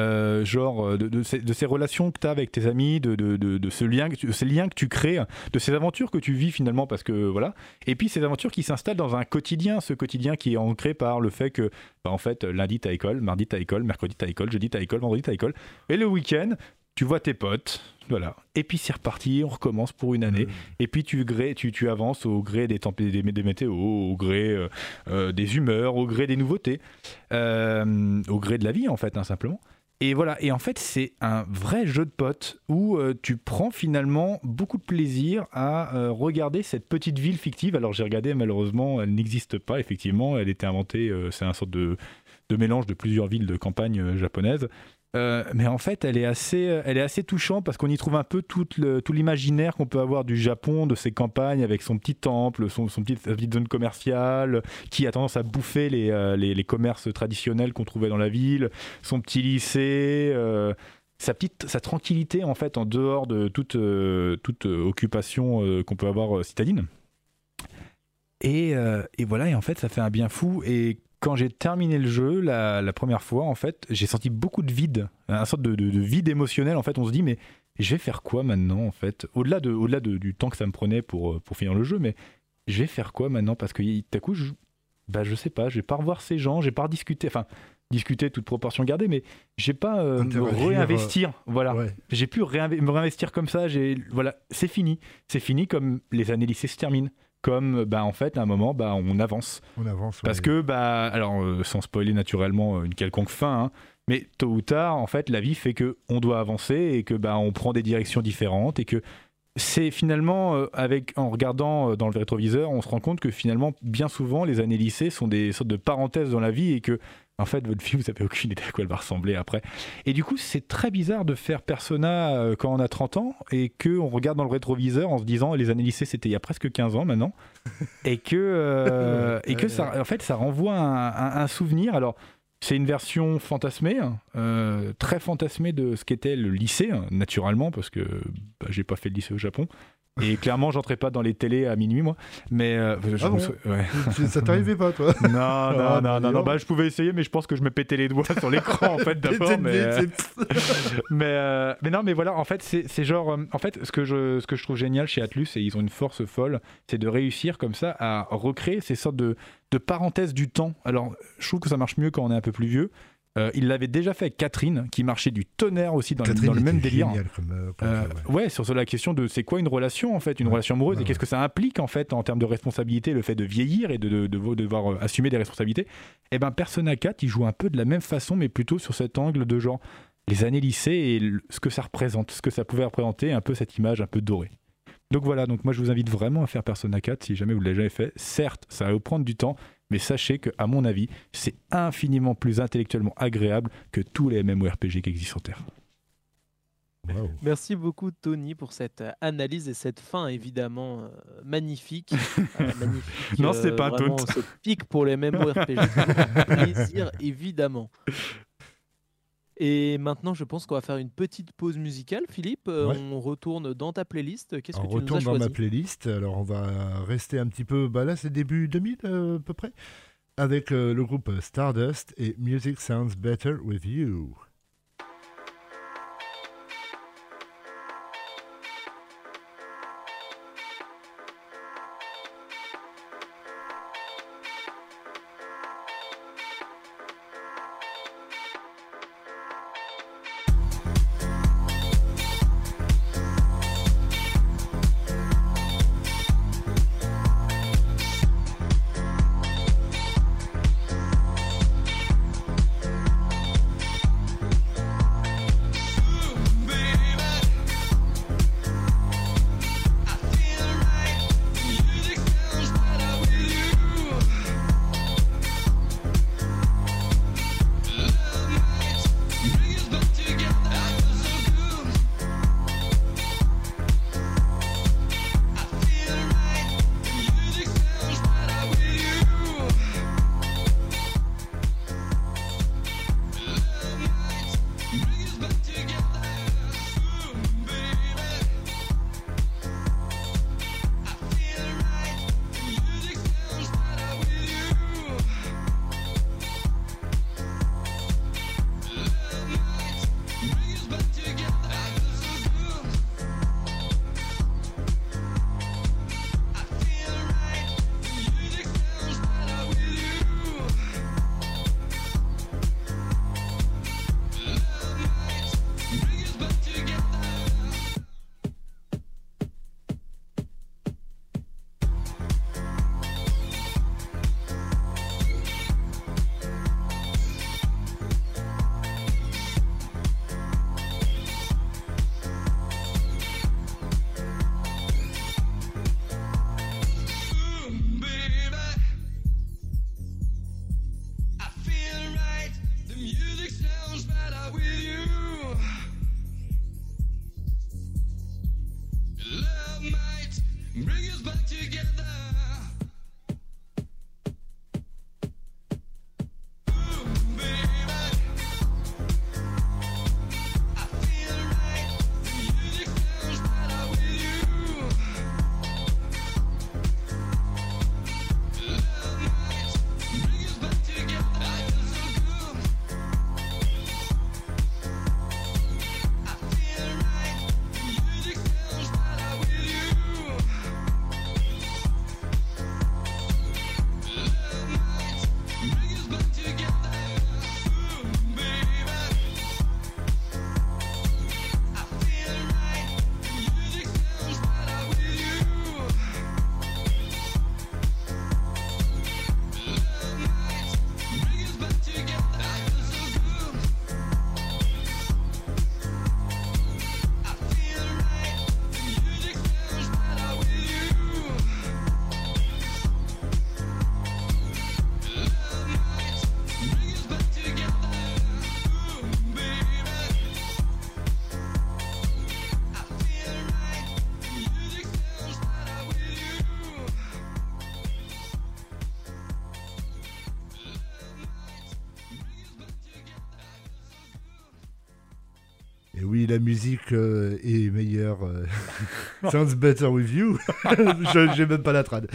ces relations que tu as avec tes amis, de ces liens que tu crées, de ces aventures que tu vis finalement, parce que voilà. Et puis ces aventures qui s'installent dans un quotidien, ce quotidien qui est ancré par le fait que en fait lundi t'as école, mardi t'as école, mercredi t'as école, jeudi t'as école, vendredi t'as école, et le week-end tu vois tes potes, voilà. Et puis c'est reparti, on recommence pour une année. Et puis tu avances au gré des météos, au gré des humeurs, au gré des nouveautés, au gré de la vie en fait, hein, simplement. Et voilà. Et en fait c'est un vrai jeu de potes où tu prends finalement beaucoup de plaisir à regarder cette petite ville fictive. Alors j'ai regardé, malheureusement elle n'existe pas effectivement, elle était inventée, c'est un sorte de mélange de plusieurs villes de campagne japonaises. Mais en fait, elle est assez touchante parce qu'on y trouve un peu tout l'imaginaire qu'on peut avoir du Japon, de ses campagnes avec son petit temple, sa petite zone commerciale qui a tendance à bouffer les commerces traditionnels qu'on trouvait dans la ville, son petit lycée, sa tranquillité en fait en dehors de toute occupation qu'on peut avoir citadine. Et voilà, et en fait, ça fait un bien fou. Et quand j'ai terminé le jeu la première fois, en fait, j'ai senti beaucoup de vide, une sorte de vide émotionnel. En fait, on se dit, mais je vais faire quoi maintenant, en fait, au-delà du temps que ça me prenait pour finir le jeu, mais je vais faire quoi maintenant, parce que tout à coup, bah je sais pas, je vais pas revoir ces gens, j'ai pas rediscuter, enfin discuter toute proportion gardée, mais j'ai pas me Interagir, réinvestir, voilà. Ouais. J'ai pu me réinvestir comme ça, voilà, c'est fini comme les années lycée se terminent, comme bah en fait à un moment bah on avance. On avance. Parce ouais. que, bah, alors, sans spoiler naturellement une quelconque fin, hein, mais tôt ou tard, en fait, la vie fait qu'on doit avancer et que, bah, on prend des directions différentes et que c'est finalement, en regardant dans le rétroviseur, on se rend compte que finalement, bien souvent, les années lycée sont des sortes de parenthèses dans la vie et que, en fait, votre vie, vous n'avez aucune idée à quoi elle va ressembler après. Et du coup, c'est très bizarre de faire Persona quand on a 30 ans et qu'on regarde dans le rétroviseur en se disant les années lycée, c'était il y a presque 15 ans maintenant. Et que, ça, en fait, ça renvoie un souvenir. Alors, c'est une version fantasmée, très fantasmée de ce qu'était le lycée, naturellement, parce que bah, j'ai pas fait le lycée au Japon. Et clairement, j'entrais pas dans les télés à minuit, moi. Mais ouais. Ça t'arrivait pas, toi? Non. Bah, je pouvais essayer, mais je pense que je me pétais les doigts sur l'écran en fait d'abord. Mais voilà. En fait, c'est genre. En fait, ce que je trouve génial chez Atlus, et ils ont une force folle, c'est de réussir comme ça à recréer ces sortes de parenthèses du temps. Alors, je trouve que ça marche mieux quand on est un peu plus vieux. Il l'avait déjà fait avec Catherine, qui marchait du tonnerre aussi dans le même délire. Ouais, sur la question de c'est quoi une relation en fait, une relation amoureuse, et qu'est-ce que ça implique en fait en termes de responsabilité, le fait de vieillir et de devoir assumer des responsabilités. Et ben Persona 4, il joue un peu de la même façon, mais plutôt sur cet angle de genre les années lycée et ce que ça représente, ce que ça pouvait représenter, un peu cette image un peu dorée. Donc voilà, donc moi je vous invite vraiment à faire Persona 4 si jamais vous ne l'avez jamais fait. Certes, ça va vous prendre du temps, mais sachez que, à mon avis, c'est infiniment plus intellectuellement agréable que tous les MMORPG qui existent sur Terre. Wow. Merci beaucoup Tony pour cette analyse et cette fin évidemment magnifique. Magnifique. Non, c'est pas un vraiment, taunt. ce pic pour les MMORPG. Un plaisir évidemment. Et maintenant, je pense qu'on va faire une petite pause musicale. Philippe, on retourne dans ta playlist. Qu'est-ce que tu nous as retourne choisi? dans ma playlist. Alors, on va rester un petit peu... Bah là, c'est début 2000 à peu près. Avec le groupe Stardust et Music Sounds Better With You. Oui, la musique est meilleure. Sounds better with you. Je n'ai même pas la trad.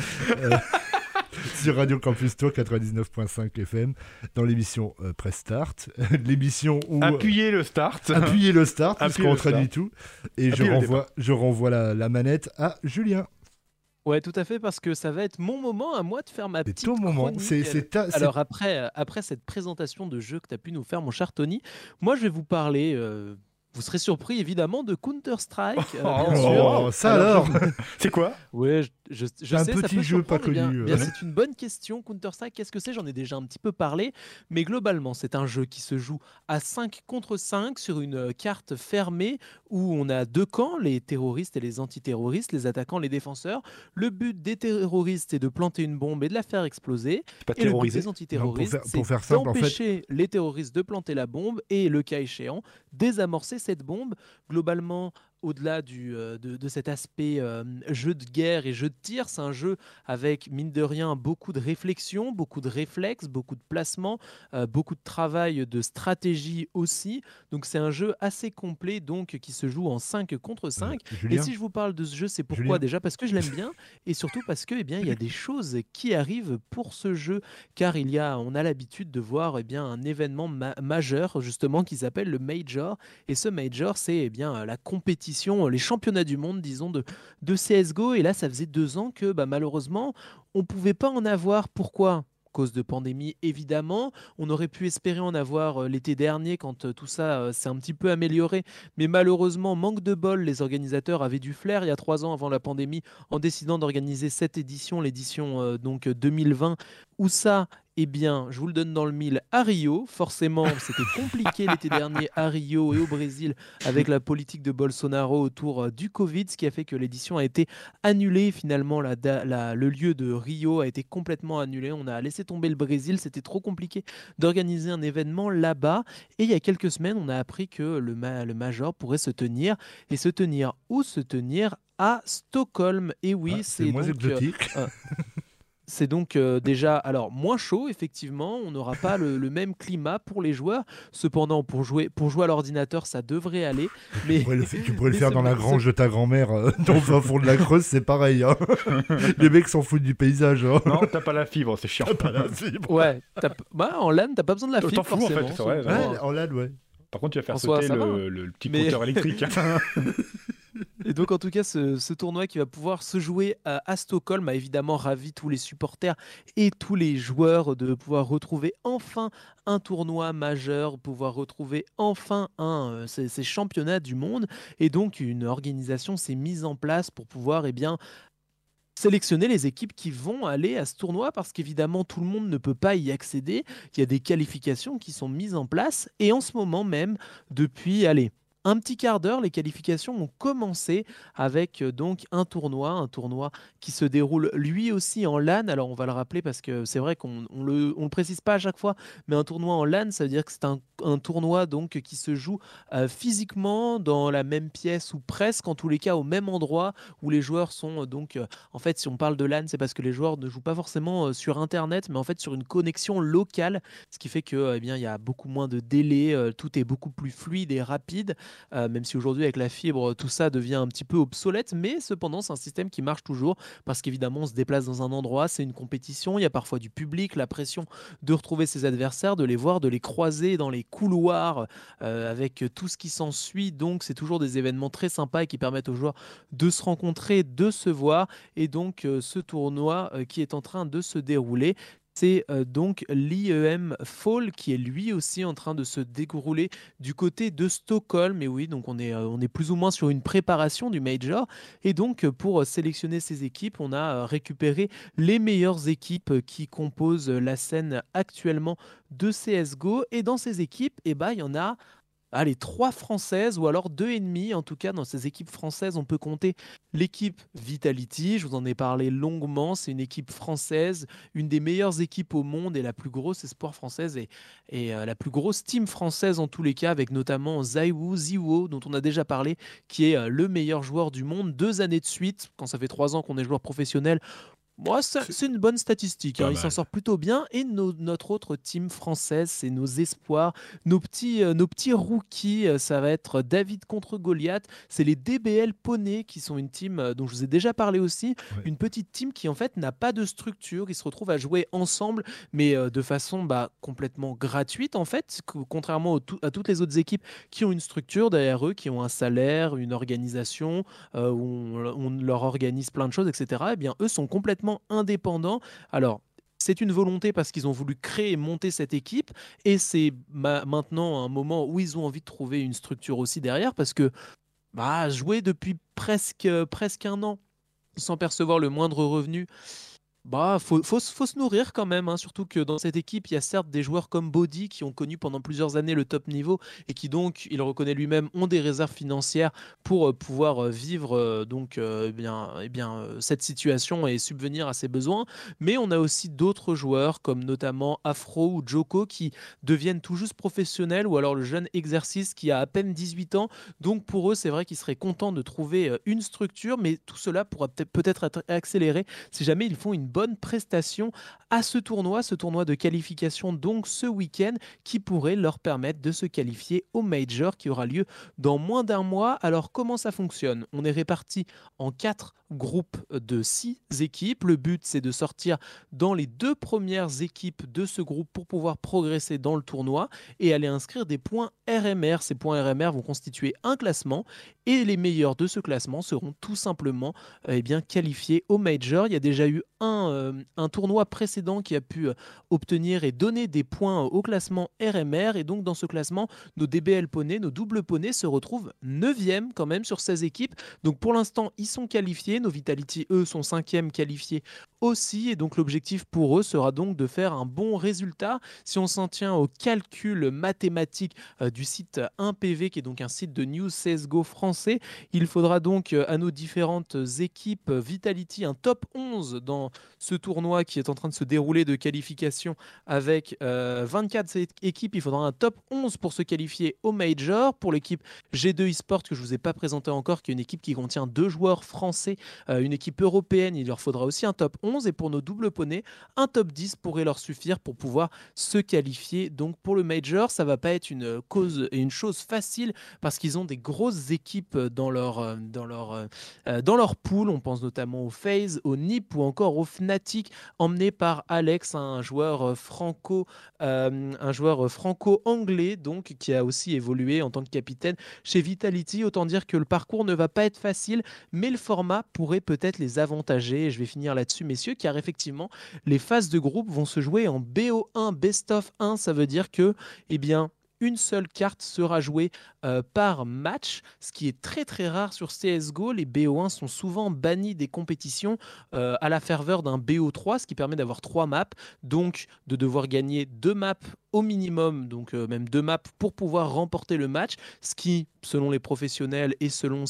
Sur Radio Campus Tour 99.5 FM, dans l'émission Press Start. L'émission où... Appuyez le start. Appuyez le start, Appuyez puisqu'on le traduit start. tout. Et Appuyez le je renvoie la manette à Julien. Ouais, tout à fait, parce que ça va être mon moment à moi de faire ma C'est petite ton moment. chronique. Alors après cette présentation de jeu que tu as pu nous faire, mon cher Tony, moi je vais vous parler, vous serez surpris évidemment, de Counter-Strike. Bien sûr. Ça alors C'est quoi? Ouais, je C'est un sais, ça petit peut jeu pas surprendre, eh connu, bien, c'est une bonne question. Counter-Strike, qu'est-ce que c'est? J'en ai déjà un petit peu parlé, mais globalement, c'est un jeu qui se joue à 5 contre 5 sur une carte fermée où on a deux camps, les terroristes et les antiterroristes, les attaquants, les défenseurs. Le but des terroristes est de planter une bombe et de la faire exploser. C'est pas Et le but terrorisé. des antiterroristes, pour faire simple, en fait- c'est d'empêcher les terroristes de planter la bombe et, le cas échéant, désamorcer cette bombe. Globalement, au-delà de cet aspect jeu de guerre et jeu de tir, c'est un jeu avec, mine de rien, beaucoup de réflexion, beaucoup de réflexes, beaucoup de placement, beaucoup de travail de stratégie aussi. Donc c'est un jeu assez complet donc, qui se joue en 5 contre 5. Et Julien, si je vous parle de ce jeu, c'est pourquoi? Julien. Déjà parce que je l'aime bien et surtout parce que, eh bien, il y a des choses qui arrivent pour ce jeu, car on a l'habitude de voir, eh bien, un événement majeur justement qui s'appelle le Major. Et ce Major, c'est, eh bien, la compétition, les championnats du monde, disons, de CSGO. Et là, ça faisait 2 ans que malheureusement, on ne pouvait pas en avoir. Pourquoi? Cause de pandémie, évidemment. On aurait pu espérer en avoir l'été dernier quand tout ça s'est un petit peu amélioré. Mais malheureusement, manque de bol, les organisateurs avaient du flair il y a 3 ans avant la pandémie en décidant d'organiser cette édition, l'édition donc 2020. Où ça, eh bien, je vous le donne dans le mille, à Rio. Forcément, c'était compliqué l'été dernier à Rio et au Brésil avec la politique de Bolsonaro autour du Covid, ce qui a fait que l'édition a été annulée. Finalement, le lieu de Rio a été complètement annulé. On a laissé tomber le Brésil. C'était trop compliqué d'organiser un événement là-bas. Et il y a quelques semaines, on a appris que le Major pourrait se tenir. Et se tenir où? Se tenir à Stockholm. Et oui, c'est moins donc, exotique. c'est donc déjà alors moins chaud, effectivement. On n'aura pas le même climat pour les joueurs. Cependant, pour jouer à l'ordinateur, ça devrait aller. Mais Tu pourrais le mais faire dans la grange de ta grand-mère, dans le fin fond de la Creuse, c'est pareil. Hein. Les mecs s'en foutent du paysage. Hein. Non, t'as pas la fibre, c'est chiant. Pas la fibre. ouais, en LAN, t'as pas besoin de la T'en fibre fous, en fait, forcément. c'est vrai, Ouais, en LAN, ouais. Par contre, tu vas faire En soi, sauter ça va, le petit Mais- compteur électrique. Et donc en tout cas, ce tournoi qui va pouvoir se jouer à Stockholm a évidemment ravi tous les supporters et tous les joueurs de pouvoir retrouver enfin un tournoi majeur, pouvoir retrouver enfin ces championnats du monde. Et donc une organisation s'est mise en place pour pouvoir, eh bien, sélectionner les équipes qui vont aller à ce tournoi, parce qu'évidemment tout le monde ne peut pas y accéder. Il y a des qualifications qui sont mises en place et en ce moment même, depuis un petit quart d'heure, les qualifications ont commencé avec donc un tournoi qui se déroule lui aussi en LAN. Alors on va le rappeler parce que c'est vrai qu'on le précise pas à chaque fois, mais un tournoi en LAN, ça veut dire que c'est un tournoi donc qui se joue physiquement dans la même pièce ou presque, en tous les cas au même endroit, où les joueurs sont donc en fait, si on parle de LAN, c'est parce que les joueurs ne jouent pas forcément sur internet, mais en fait sur une connexion locale, ce qui fait que, eh bien, il y a beaucoup moins de délai, tout est beaucoup plus fluide et rapide. Même si aujourd'hui avec la fibre tout ça devient un petit peu obsolète, mais cependant c'est un système qui marche toujours, parce qu'évidemment on se déplace dans un endroit, c'est une compétition, il y a parfois du public, la pression de retrouver ses adversaires, de les voir, de les croiser dans les couloirs, avec tout ce qui s'ensuit. Donc c'est toujours des événements très sympas et qui permettent aux joueurs de se rencontrer, de se voir. Et donc ce tournoi qui est en train de se dérouler, c'est donc l'IEM Fall qui est lui aussi en train de se dérouler du côté de Stockholm. Et oui, donc on est plus ou moins sur une préparation du Major. Et donc pour sélectionner ces équipes, on a récupéré les meilleures équipes qui composent la scène actuellement de CSGO. Et dans ces équipes, il y en a 3 françaises, ou alors 2,5. En tout cas, dans ces équipes françaises, on peut compter l'équipe Vitality. Je vous en ai parlé longuement. C'est une équipe française, une des meilleures équipes au monde et la plus grosse espoir française et la plus grosse team française en tous les cas, avec notamment Ziwo, dont on a déjà parlé, qui est le meilleur joueur du monde 2 années de suite. Quand ça fait 3 ans qu'on est joueur professionnel, Moi, c'est une bonne statistique. Pas Il s'en mal. sort plutôt bien. Et notre autre team française, c'est nos espoirs, nos petits rookies. Ça va être David contre Goliath. C'est les DBL Poney qui sont une team dont je vous ai déjà parlé aussi. Ouais. Une petite team qui en fait n'a pas de structure. Ils se retrouvent à jouer ensemble, mais de façon complètement gratuite en fait, contrairement à toutes les autres équipes qui ont une structure derrière eux, qui ont un salaire, une organisation, où on leur organise plein de choses, etc. Eh bien, eux sont complètement indépendants. Alors, c'est une volonté parce qu'ils ont voulu créer et monter cette équipe, et c'est maintenant un moment où ils ont envie de trouver une structure aussi derrière, parce que jouer depuis presque un an sans percevoir le moindre revenu, faut se nourrir quand même, hein, surtout que dans cette équipe, il y a certes des joueurs comme Body qui ont connu pendant plusieurs années le top niveau et qui donc, il reconnaît lui-même, ont des réserves financières pour pouvoir vivre cette situation et subvenir à ses besoins. Mais on a aussi d'autres joueurs comme notamment Afro ou Joko qui deviennent tout juste professionnels, ou alors le jeune Exercice qui a à peine 18 ans. Donc pour eux, c'est vrai qu'ils seraient contents de trouver une structure, mais tout cela pourra peut-être être accéléré si jamais ils font une bonne prestation à ce tournoi de qualification, donc ce week-end, qui pourrait leur permettre de se qualifier au Major qui aura lieu dans moins d'un mois. Alors comment ça fonctionne? On est réparti en 4 groupes de 6 équipes. Le but, c'est de sortir dans les 2 premières équipes de ce groupe pour pouvoir progresser dans le tournoi et aller inscrire des points RMR. Ces points RMR vont constituer un classement, et les meilleurs de ce classement seront tout simplement qualifiés au Major. Il y a déjà eu un tournoi précédent qui a pu obtenir et donner des points au classement RMR, et donc dans ce classement, nos DBL Poney, nos doubles poneys se retrouvent 9e quand même sur 16 équipes. Donc pour l'instant, ils sont qualifiés. Nos Vitality, eux, sont 5e qualifiés aussi, et donc l'objectif pour eux sera donc de faire un bon résultat. Si on s'en tient au calcul mathématique du site 1PV, qui est donc un site de news CSGO français, il faudra donc à nos différentes équipes Vitality un top 11 dans ce tournoi qui est en train de se dérouler de qualification avec 24 équipes. Il faudra un top 11 pour se qualifier au Major. Pour l'équipe G2 eSport, que je ne vous ai pas présenté encore, qui est une équipe qui contient 2 joueurs français, une équipe européenne, il leur faudra aussi un top 11. Et pour nos doubles poneys, un top 10 pourrait leur suffire pour pouvoir se qualifier donc pour le Major. Ça va pas être une chose facile, parce qu'ils ont des grosses équipes dans leur pool. On pense notamment au FaZe, au NiP ou encore au Fnatic, emmené par Alex, un joueur franco-anglais, donc qui a aussi évolué en tant que capitaine chez Vitality. Autant dire que le parcours ne va pas être facile, mais le format pourrait peut-être les avantager. Et je vais finir là-dessus, messieurs, car effectivement, les phases de groupe vont se jouer en BO1, Best of 1. Ça veut dire que, une seule carte sera jouée par match, ce qui est très très rare sur CSGO. Les BO1 sont souvent bannis des compétitions à la ferveur d'un BO3, ce qui permet d'avoir 3 maps, donc de devoir gagner 2 maps au minimum, donc même 2 maps pour pouvoir remporter le match, ce qui, selon les professionnels et selon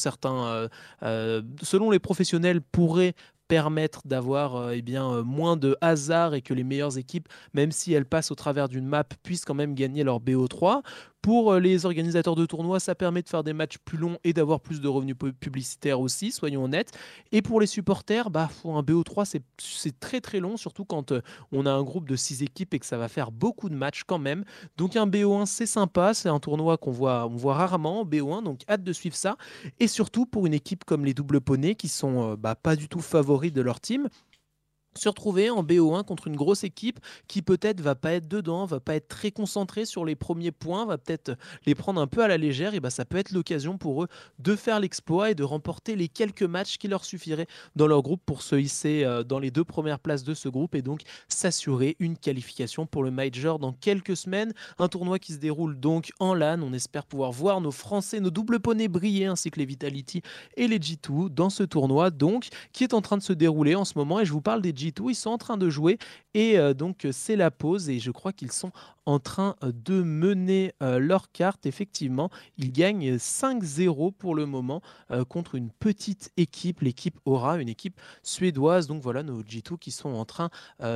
les professionnels, pourrait permettre d'avoir moins de hasard, et que les meilleures équipes, même si elles passent au travers d'une map, puissent quand même gagner leur BO3. Pour les organisateurs de tournois, ça permet de faire des matchs plus longs et d'avoir plus de revenus publicitaires aussi, soyons honnêtes. Et pour les supporters, pour un BO3, c'est très très long, surtout quand on a un groupe de 6 équipes et que ça va faire beaucoup de matchs quand même. Donc un BO1, c'est sympa, c'est un tournoi on voit rarement en BO1, donc hâte de suivre ça. Et surtout pour une équipe comme les doubles poneys, qui sont pas du tout favoris de leur team, se retrouver en BO1 contre une grosse équipe qui peut-être va pas être dedans, va pas être très concentrée sur les premiers points, va peut-être les prendre un peu à la légère, et ça peut être l'occasion pour eux de faire l'exploit et de remporter les quelques matchs qui leur suffiraient dans leur groupe pour se hisser dans les 2 premières places de ce groupe, et donc s'assurer une qualification pour le Major dans quelques semaines. Un tournoi qui se déroule donc en LAN. On espère pouvoir voir nos Français, nos doubles poneys briller, ainsi que les Vitality et les G2 dans ce tournoi donc qui est en train de se dérouler en ce moment. Et je vous parle des G2, ils sont en train de jouer, et donc c'est la pause, et je crois qu'ils sont en train de mener leur carte. Effectivement, ils gagnent 5-0 pour le moment contre une petite équipe, l'équipe Aura, une équipe suédoise. Donc voilà nos G2 qui sont en train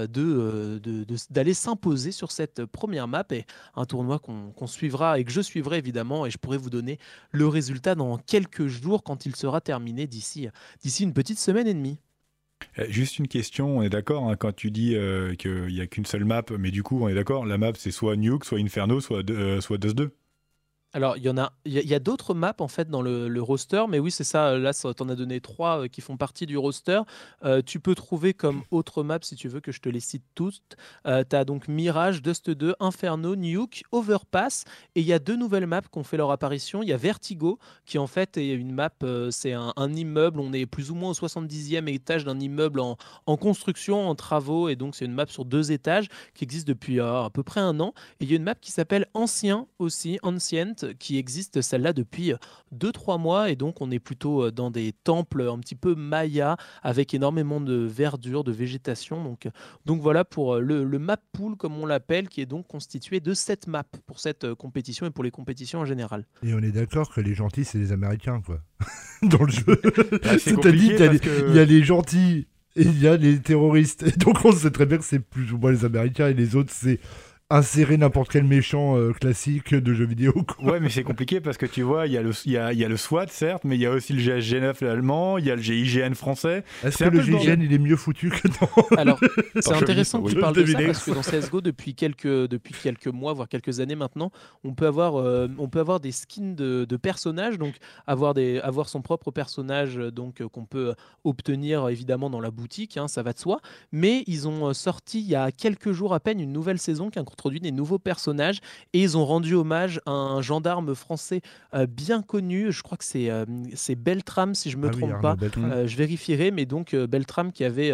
d'aller s'imposer sur cette première map, et un tournoi qu'on suivra et que je suivrai évidemment, et je pourrai vous donner le résultat dans quelques jours quand il sera terminé, d'ici une petite semaine et demie. Juste une question, on est d'accord hein, quand tu dis qu'il n'y a qu'une seule map, mais du coup, on est d'accord, la map c'est soit Nuke, soit Inferno, soit DOS 2. Alors, il y a d'autres maps en fait dans le roster, mais oui, c'est ça. Là, t'en as donné 3 qui font partie du roster. Tu peux trouver comme autres maps, si tu veux que je te les cite toutes. Tu as donc Mirage, Dust 2, Inferno, Nuke, Overpass, et il y a 2 nouvelles maps qui ont fait leur apparition. Il y a Vertigo, qui en fait est une map, c'est un immeuble. On est plus ou moins au 70e étage d'un immeuble en construction, en travaux, et donc c'est une map sur 2 étages qui existe depuis à peu près un an. Et il y a une map qui s'appelle Ancien aussi, Ancient, qui existe celle-là depuis 2-3 mois, et donc on est plutôt dans des temples un petit peu maya avec énormément de verdure, de végétation. Donc voilà pour le map pool comme on l'appelle, qui est donc constitué de 7 maps pour cette compétition et pour les compétitions en général. Et on est d'accord que les gentils, c'est les Américains, quoi. Dans le jeu. C'est C'est-à-dire compliqué qu'il y a parce les- que- il y a les gentils et il y a les terroristes. Et donc on sait très bien que c'est plus ou moins les Américains et les autres, c'est insérer n'importe quel méchant classique de jeux vidéo, quoi. Ouais, mais c'est compliqué parce que tu vois, il y a le SWAT, certes, mais il y a aussi le GSG9 allemand, il y a le GIGN français. Est-ce C'est que un le peu le bordel. GIGN, il est mieux foutu que dans... Alors, c'est Alors, je intéressant dis que ça, tu oui. parles de ça Devinez. parce que dans CSGO, depuis quelques mois, voire quelques années maintenant, on peut avoir des skins de personnages, donc avoir son propre personnage qu'on peut obtenir évidemment dans la boutique, hein, ça va de soi. Mais ils ont sorti il y a quelques jours à peine une nouvelle saison qui introduit des nouveaux personnages, et ils ont rendu hommage à un gendarme français bien connu. Je crois que c'est Beltram, si je me Ah oui, trompe Arnaud pas. Beltrame. Je vérifierai, mais donc Beltram qui avait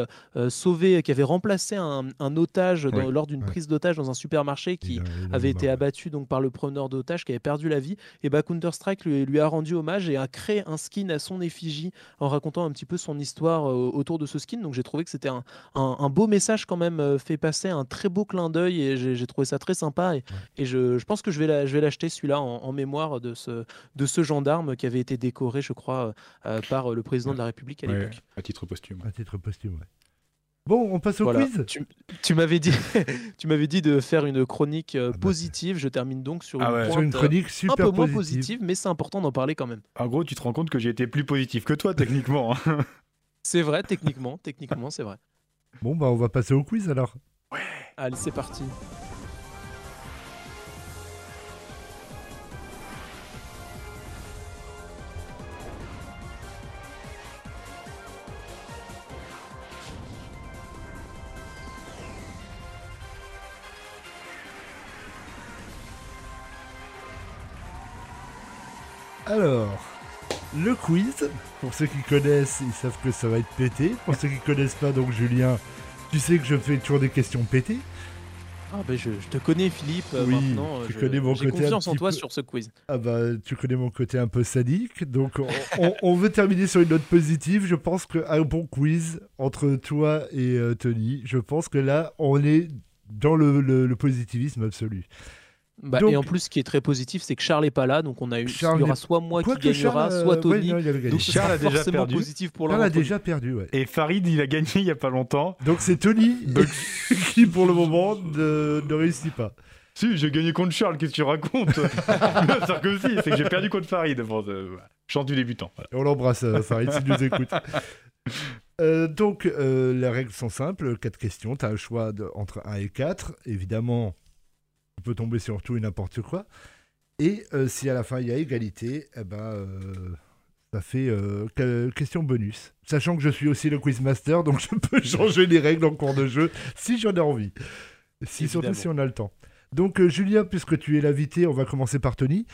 qui avait remplacé un otage Oui. lors d'une Ouais. prise d'otage dans un supermarché qui Il a avait eu été marre. abattu donc par le preneur d'otage qui avait perdu la vie. Et bah Counter-Strike lui a rendu hommage et a créé un skin à son effigie en racontant un petit peu son histoire autour de ce skin. Donc j'ai trouvé que c'était un beau message quand même fait passer, un très beau clin d'œil, et j'ai trouvé ça très sympa. Et je pense que je vais l'acheter celui-là en mémoire de ce gendarme qui avait été décoré, je crois, par le président de la République à Ouais, l'époque. à titre posthume. À titre posthume, ouais. Bon, on passe au Voilà. quiz. Tu m'avais dit, tu m'avais dit de faire une chronique bah, positive. Je termine donc sur Ah une ouais. pointe Sur une chronique un super peu moins positive. positive, mais c'est important d'en parler quand même. En gros, tu te rends compte que j'ai été plus positif que toi, techniquement. hein. C'est vrai, techniquement, c'est vrai. Bon, bah on va passer au quiz alors. Allez, c'est parti. Alors, le quiz, pour ceux qui connaissent, ils savent que ça va être pété. Pour ceux qui connaissent pas, donc Julien, tu sais que je fais toujours des questions pétées. Ah ben je te connais, Philippe. Oui, Maintenant, tu connais mon j'ai côté un confiance en petit toi peu- sur ce quiz. Ah bah, tu connais mon côté un peu sadique, donc on veut terminer sur une note positive. Je pense qu'un bon quiz entre toi et Tony, je pense que là, on est dans le positivisme absolu. Bah, Donc- et en plus, ce qui est très positif, c'est que Charles est pas là, donc Charles il y aura n'est- soit moi qui Quoique gagnera, Charles, soit ouais, Tony. non, il avait gagné. Donc ce Charles sera a déjà forcément perdu. positif pour l'un Charles a d'entre nous. déjà perdu, ouais. Et Farid, il a gagné il y a pas longtemps. Donc c'est Tony Donc- qui, pour le moment, ne réussit pas. Si, j'ai gagné contre Charles, qu'est-ce que tu racontes C'est que si, c'est que j'ai perdu contre Farid. Bon, chance du débutant. Voilà. Et on l'embrasse, Farid, s'il nous écoute. Donc, les règles sont simples. 4 questions. Tu as le choix entre 1 et 4. Évidemment, tu peux tomber sur tout et n'importe quoi. Et si à la fin, il y a égalité, eh ben, ça fait question bonus. Sachant que je suis aussi le quizmaster, donc je peux changer les règles en cours de jeu si j'en ai envie. Surtout Évidemment. si on a le temps. Donc, Julien, puisque tu es l'invité, on va commencer par Tony.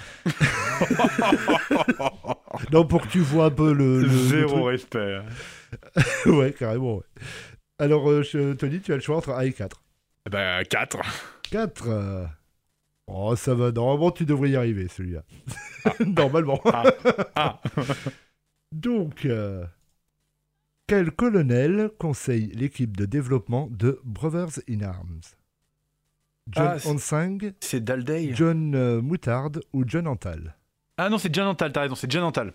Non, pour que tu vois un peu le Zéro truc. respect. Ouais, carrément. Ouais. Alors, Tony, tu as le choix entre 1 et 4. Eh ben, 4. 4 Oh, ça va. Normalement, tu devrais y arriver, celui-là. Normalement. Ah. Donc, quel colonel conseille l'équipe de développement de Brothers in Arms? John c'est- Hansang, C'est Daldey. John Moutard ou John Antal? Ah non, c'est John Antal, t'as raison, c'est John Antal.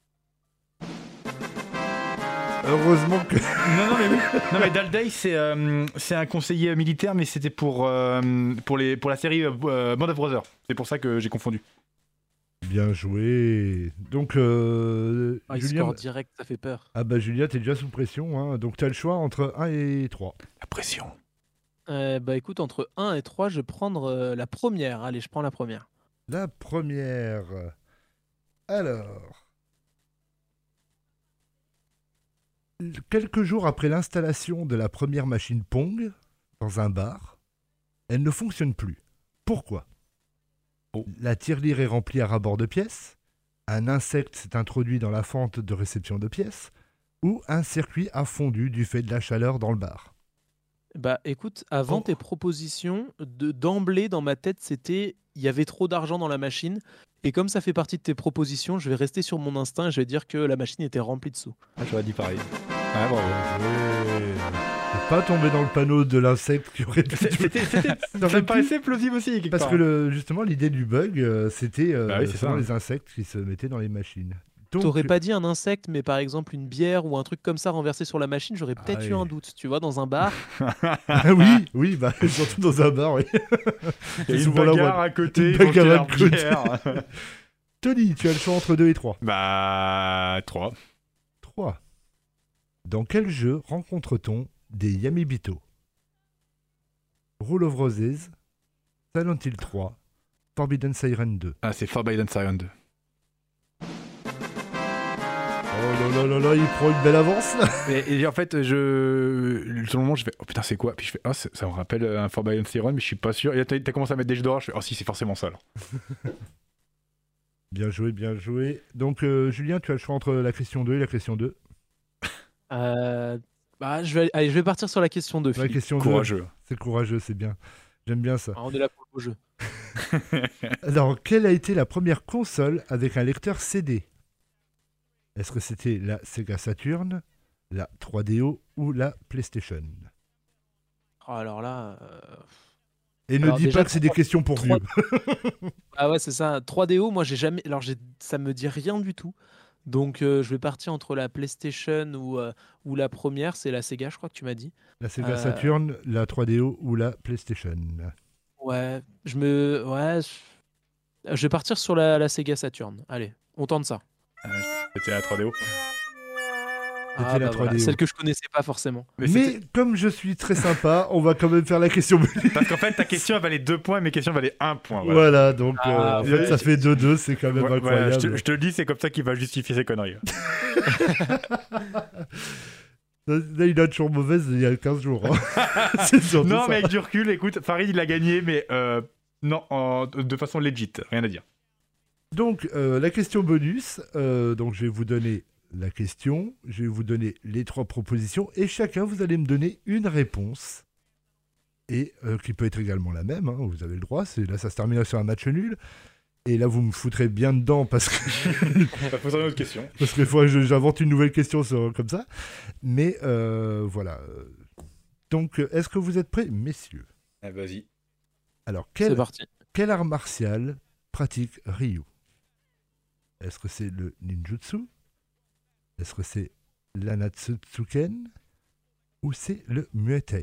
Heureusement que... Non, mais Daldey, c'est un conseiller militaire, mais c'était pour la série Band of Brothers. C'est pour ça que j'ai confondu. Bien joué. Donc, Ah, il Julien... score direct, ça fait peur. Ah bah Julien, t'es déjà sous pression, hein. Donc tu as le choix entre 1 et 3. La pression. Bah écoute, entre 1 et 3, je vais prendre la première. Allez, je prends la première. La première. Alors. Quelques jours après l'installation de la première machine Pong dans un bar, elle ne fonctionne plus. Pourquoi ? La tirelire est remplie à ras-bord de pièces, un insecte s'est introduit dans la fente de réception de pièces, ou un circuit a fondu du fait de la chaleur dans le bar. Bah écoute, avant tes propositions, d'emblée dans ma tête, c'était il y avait trop d'argent dans la machine. Et comme ça fait partie de tes propositions, je vais rester sur mon instinct et je vais dire que la machine était remplie de sous. Ah, j'aurais dit pareil. Ah, bravo. T'es pas tombé dans le panneau de l'insecte qui aurait pu... Ça me paraissait plausible aussi, quelque Parce part. que justement, l'idée du bug, c'était Bah oui, c'est ça. les insectes qui se mettaient dans les machines. Donc, T'aurais pas dit un insecte, mais par exemple une bière ou un truc comme ça renversé sur la machine, j'aurais peut-être eu oui. un doute. Tu vois, dans un bar, Ah oui, bah, surtout dans un bar, oui. Il y a une souvent là, bagarre ouais. à côté, Une donc il y a bagarre la à côté. bière. Tony, tu as le choix entre 2 et 3. Bah, 3. 3. Dans quel jeu rencontre-t-on des Yamibito ? Rule of Roses, Silent Hill 3, Forbidden Siren 2. Ah, c'est Forbidden Siren 2. Oh là là là là, il prend une belle avance là. Et en fait, sur le moment, je fais oh putain, c'est quoi ? Puis je fais oh, ça me rappelle un Forbidden Siren, mais je suis pas sûr. Et là, t'as commencé à mettre des jeux d'horreur, je fais oh si, c'est forcément ça alors. Bien joué, bien joué. Donc, Julien, tu as le choix entre la question 2 et la question 2. bah, je vais partir sur la question 2. La Philippe. question 2, Courageux. c'est courageux, c'est bien. J'aime bien ça. Ah, on est là pour le beau jeu. Alors, quelle a été la première console avec un lecteur CD ? Est-ce que c'était la Sega Saturn, la 3DO ou la PlayStation ? Oh, alors là. Et ne Alors, dis déjà, pas que c'est des questions pour vieux. Ah ouais, c'est ça. 3DO, moi j'ai jamais. Alors ça me dit rien du tout. Donc je vais partir entre la PlayStation ou la première, c'est la Sega, je crois que tu m'as dit. La Sega Saturn, la 3DO ou la PlayStation ? Ouais, je vais partir sur la Sega Saturn. Allez, on tente ça. C'était la 3DO. C'était la 3DO. Celle que je connaissais pas forcément. Mais comme je suis très sympa, on va quand même faire la question. Parce qu'en fait, ta question elle valait 2 points, mes questions valaient 1 point. Voilà, donc Ah, en fait, ça fait 2-2, c'est quand même Voilà, incroyable. je te le dis, c'est comme ça qu'il va justifier ses conneries. Là, il a toujours mauvaise il y a 15 jours. Hein. C'est surtout Non, ça. mais avec du recul, écoute, Farid il a gagné, mais non, de façon legit, rien à dire. Donc, la question bonus, donc je vais vous donner la question, je vais vous donner les 3 propositions, et chacun, vous allez me donner une réponse, et qui peut être également la même, hein, vous avez le droit, là ça se termine sur un match nul, et là vous me foutrez bien dedans, parce que... On va poser une autre question. parce qu'il faut que j'invente une nouvelle question comme ça, mais voilà. Donc, est-ce que vous êtes prêts, messieurs ? Ah, vas-y. Alors, C'est parti. quel art martial pratique Ryu ? Est-ce que c'est le ninjutsu ? Est-ce que c'est l'Anatsuken ? Ou c'est le Muay Thai ?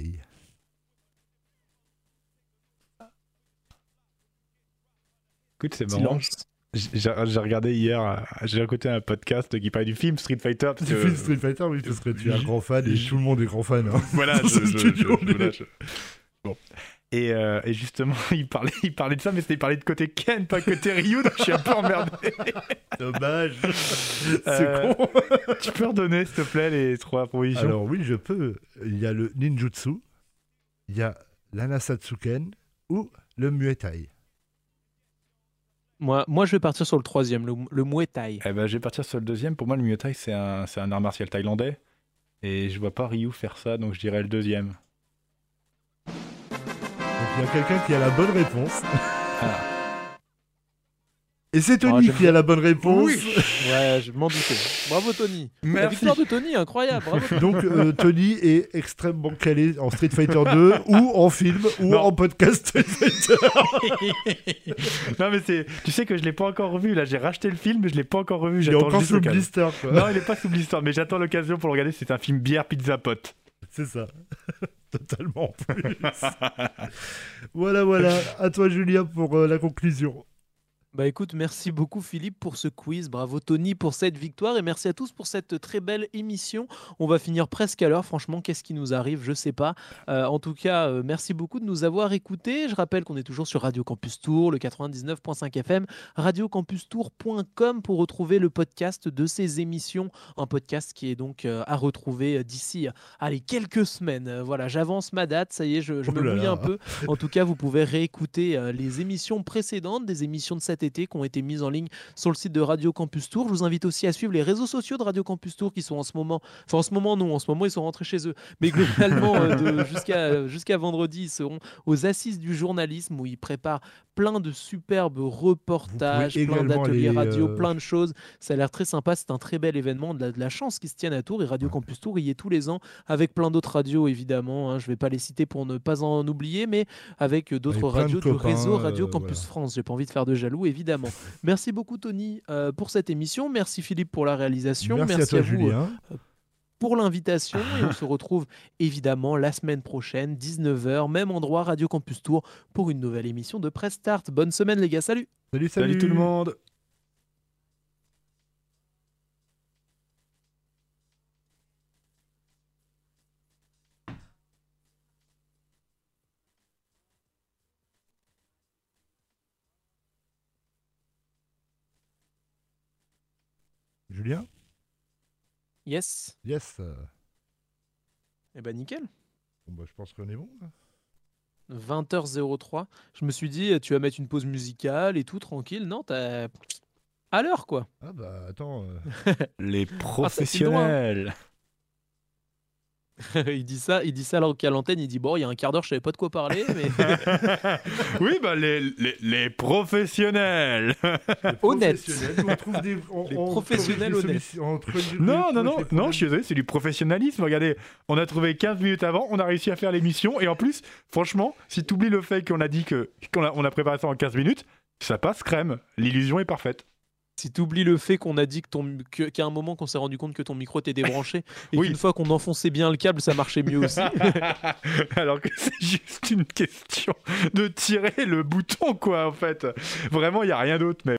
Écoute, c'est marrant. Silence. J'ai regardé hier, j'ai écouté un podcast qui parlait du film Street Fighter. Parce Tu que... fais Street Fighter, oui, parce que tu es un grand fan et tout le monde est grand fan. Hein. Voilà, Dans ce studio, Bon. Et justement, il parlait de ça, mais c'était parler de côté Ken, pas côté Ryu, donc je suis un peu emmerdé. Dommage. C'est con. Tu peux redonner, s'il te plaît, les 3 propositions ? Alors oui, je peux. Il y a le ninjutsu, il y a l'Anasatsuken ou le Muay Thai. Moi, je vais partir sur le troisième, le Muay Thai. Eh ben, je vais partir sur le deuxième. Pour moi, le Muay Thai, c'est un art martial thaïlandais. Et je vois pas Ryu faire ça, donc je dirais le deuxième. Donc il y a quelqu'un qui a la bonne réponse. Ah. Et c'est Oh, Tony j'aime qui a la bonne réponse. Ouais, je m'en doutais. Bravo Tony. La Merci. victoire de Tony, incroyable. Bravo. Donc Tony est extrêmement calé en Street Fighter 2 ou en film ou Non. en podcast Street Fighter. Non, mais tu sais que je l'ai pas encore revu. Là, j'ai racheté le film, mais je l'ai pas encore revu. Il est J'attends encore juste sous le l'occasion. blister. Quoi. Non, il est pas sous blister, mais j'attends l'occasion pour le regarder. C'est un film bière pizza pote. C'est ça. Totalement en plus. Voilà. À toi Julien pour la conclusion. Bah écoute, merci beaucoup Philippe pour ce quiz, bravo Tony pour cette victoire et merci à tous pour cette très belle émission. On va finir presque à l'heure, franchement, qu'est-ce qui nous arrive, je sais pas. En tout cas, merci beaucoup de nous avoir écoutés. Je rappelle qu'on est toujours sur Radio Campus Tour, le 99.5 FM, radiocampustour.com pour retrouver le podcast de ces émissions, un podcast qui est donc à retrouver d'ici allez, quelques semaines. Voilà, j'avance ma date, ça y est, je me Oh là mouille là. un peu. En tout cas, vous pouvez réécouter les émissions précédentes, des émissions de cet été qui ont été mises en ligne sur le site de Radio Campus Tour. Je vous invite aussi à suivre les réseaux sociaux de Radio Campus Tour qui sont en ce moment, enfin en ce moment non, en ce moment ils sont rentrés chez eux, mais globalement jusqu'à vendredi, ils seront aux Assises du journalisme où ils préparent plein de superbes reportages, Vous pouvez plein également d'ateliers aller, radio, plein de choses. Ça a l'air très sympa, c'est un très bel événement, de la chance qui se tienne à Tours et Radio Ouais. Campus Tour y est tous les ans avec plein d'autres radios évidemment, hein. Je ne vais pas les citer pour ne pas en oublier, mais avec d'autres Avec plein de radios du copains, réseau Radio Campus voilà. France. J'ai pas envie de faire de jaloux évidemment. Merci beaucoup Tony pour cette émission, merci Philippe pour la réalisation, Merci à toi, vous Julien. pour l'invitation et on se retrouve évidemment la semaine prochaine 19h, même endroit Radio Campus Tour pour une nouvelle émission de Press Start. Bonne semaine les gars, salut. Salut, Salut tout le monde. Julien. Yes. Yes. Eh ben nickel. Bon, bah, je pense qu'on est bon. Là. 20h03. Je me suis dit tu vas mettre une pause musicale et tout tranquille. Non, t'as à l'heure quoi. Ah bah attends. Les c'est loin. professionnels. il dit ça alors qu'à l'antenne il dit bon, il y a un quart d'heure je savais pas de quoi parler mais Oui, bah les professionnels. Honnête. Professionnels, on trouve des, Les on professionnels trouve des honnêtes. solutions entre Non, je suis désolé, c'est du professionnalisme. Regardez, on a trouvé 15 minutes avant, on a réussi à faire l'émission. Et en plus, franchement, si tu oublies le fait qu'on a dit qu'on a préparé ça en 15 minutes, ça passe crème. L'illusion est parfaite. Si tu oublies le fait qu'on a dit qu'à un moment qu'on s'est rendu compte que ton micro était débranché et Oui. qu'une fois qu'on enfonçait bien le câble, ça marchait mieux aussi. Alors que c'est juste une question de tirer le bouton, quoi, en fait. Vraiment, il n'y a rien d'autre, mais.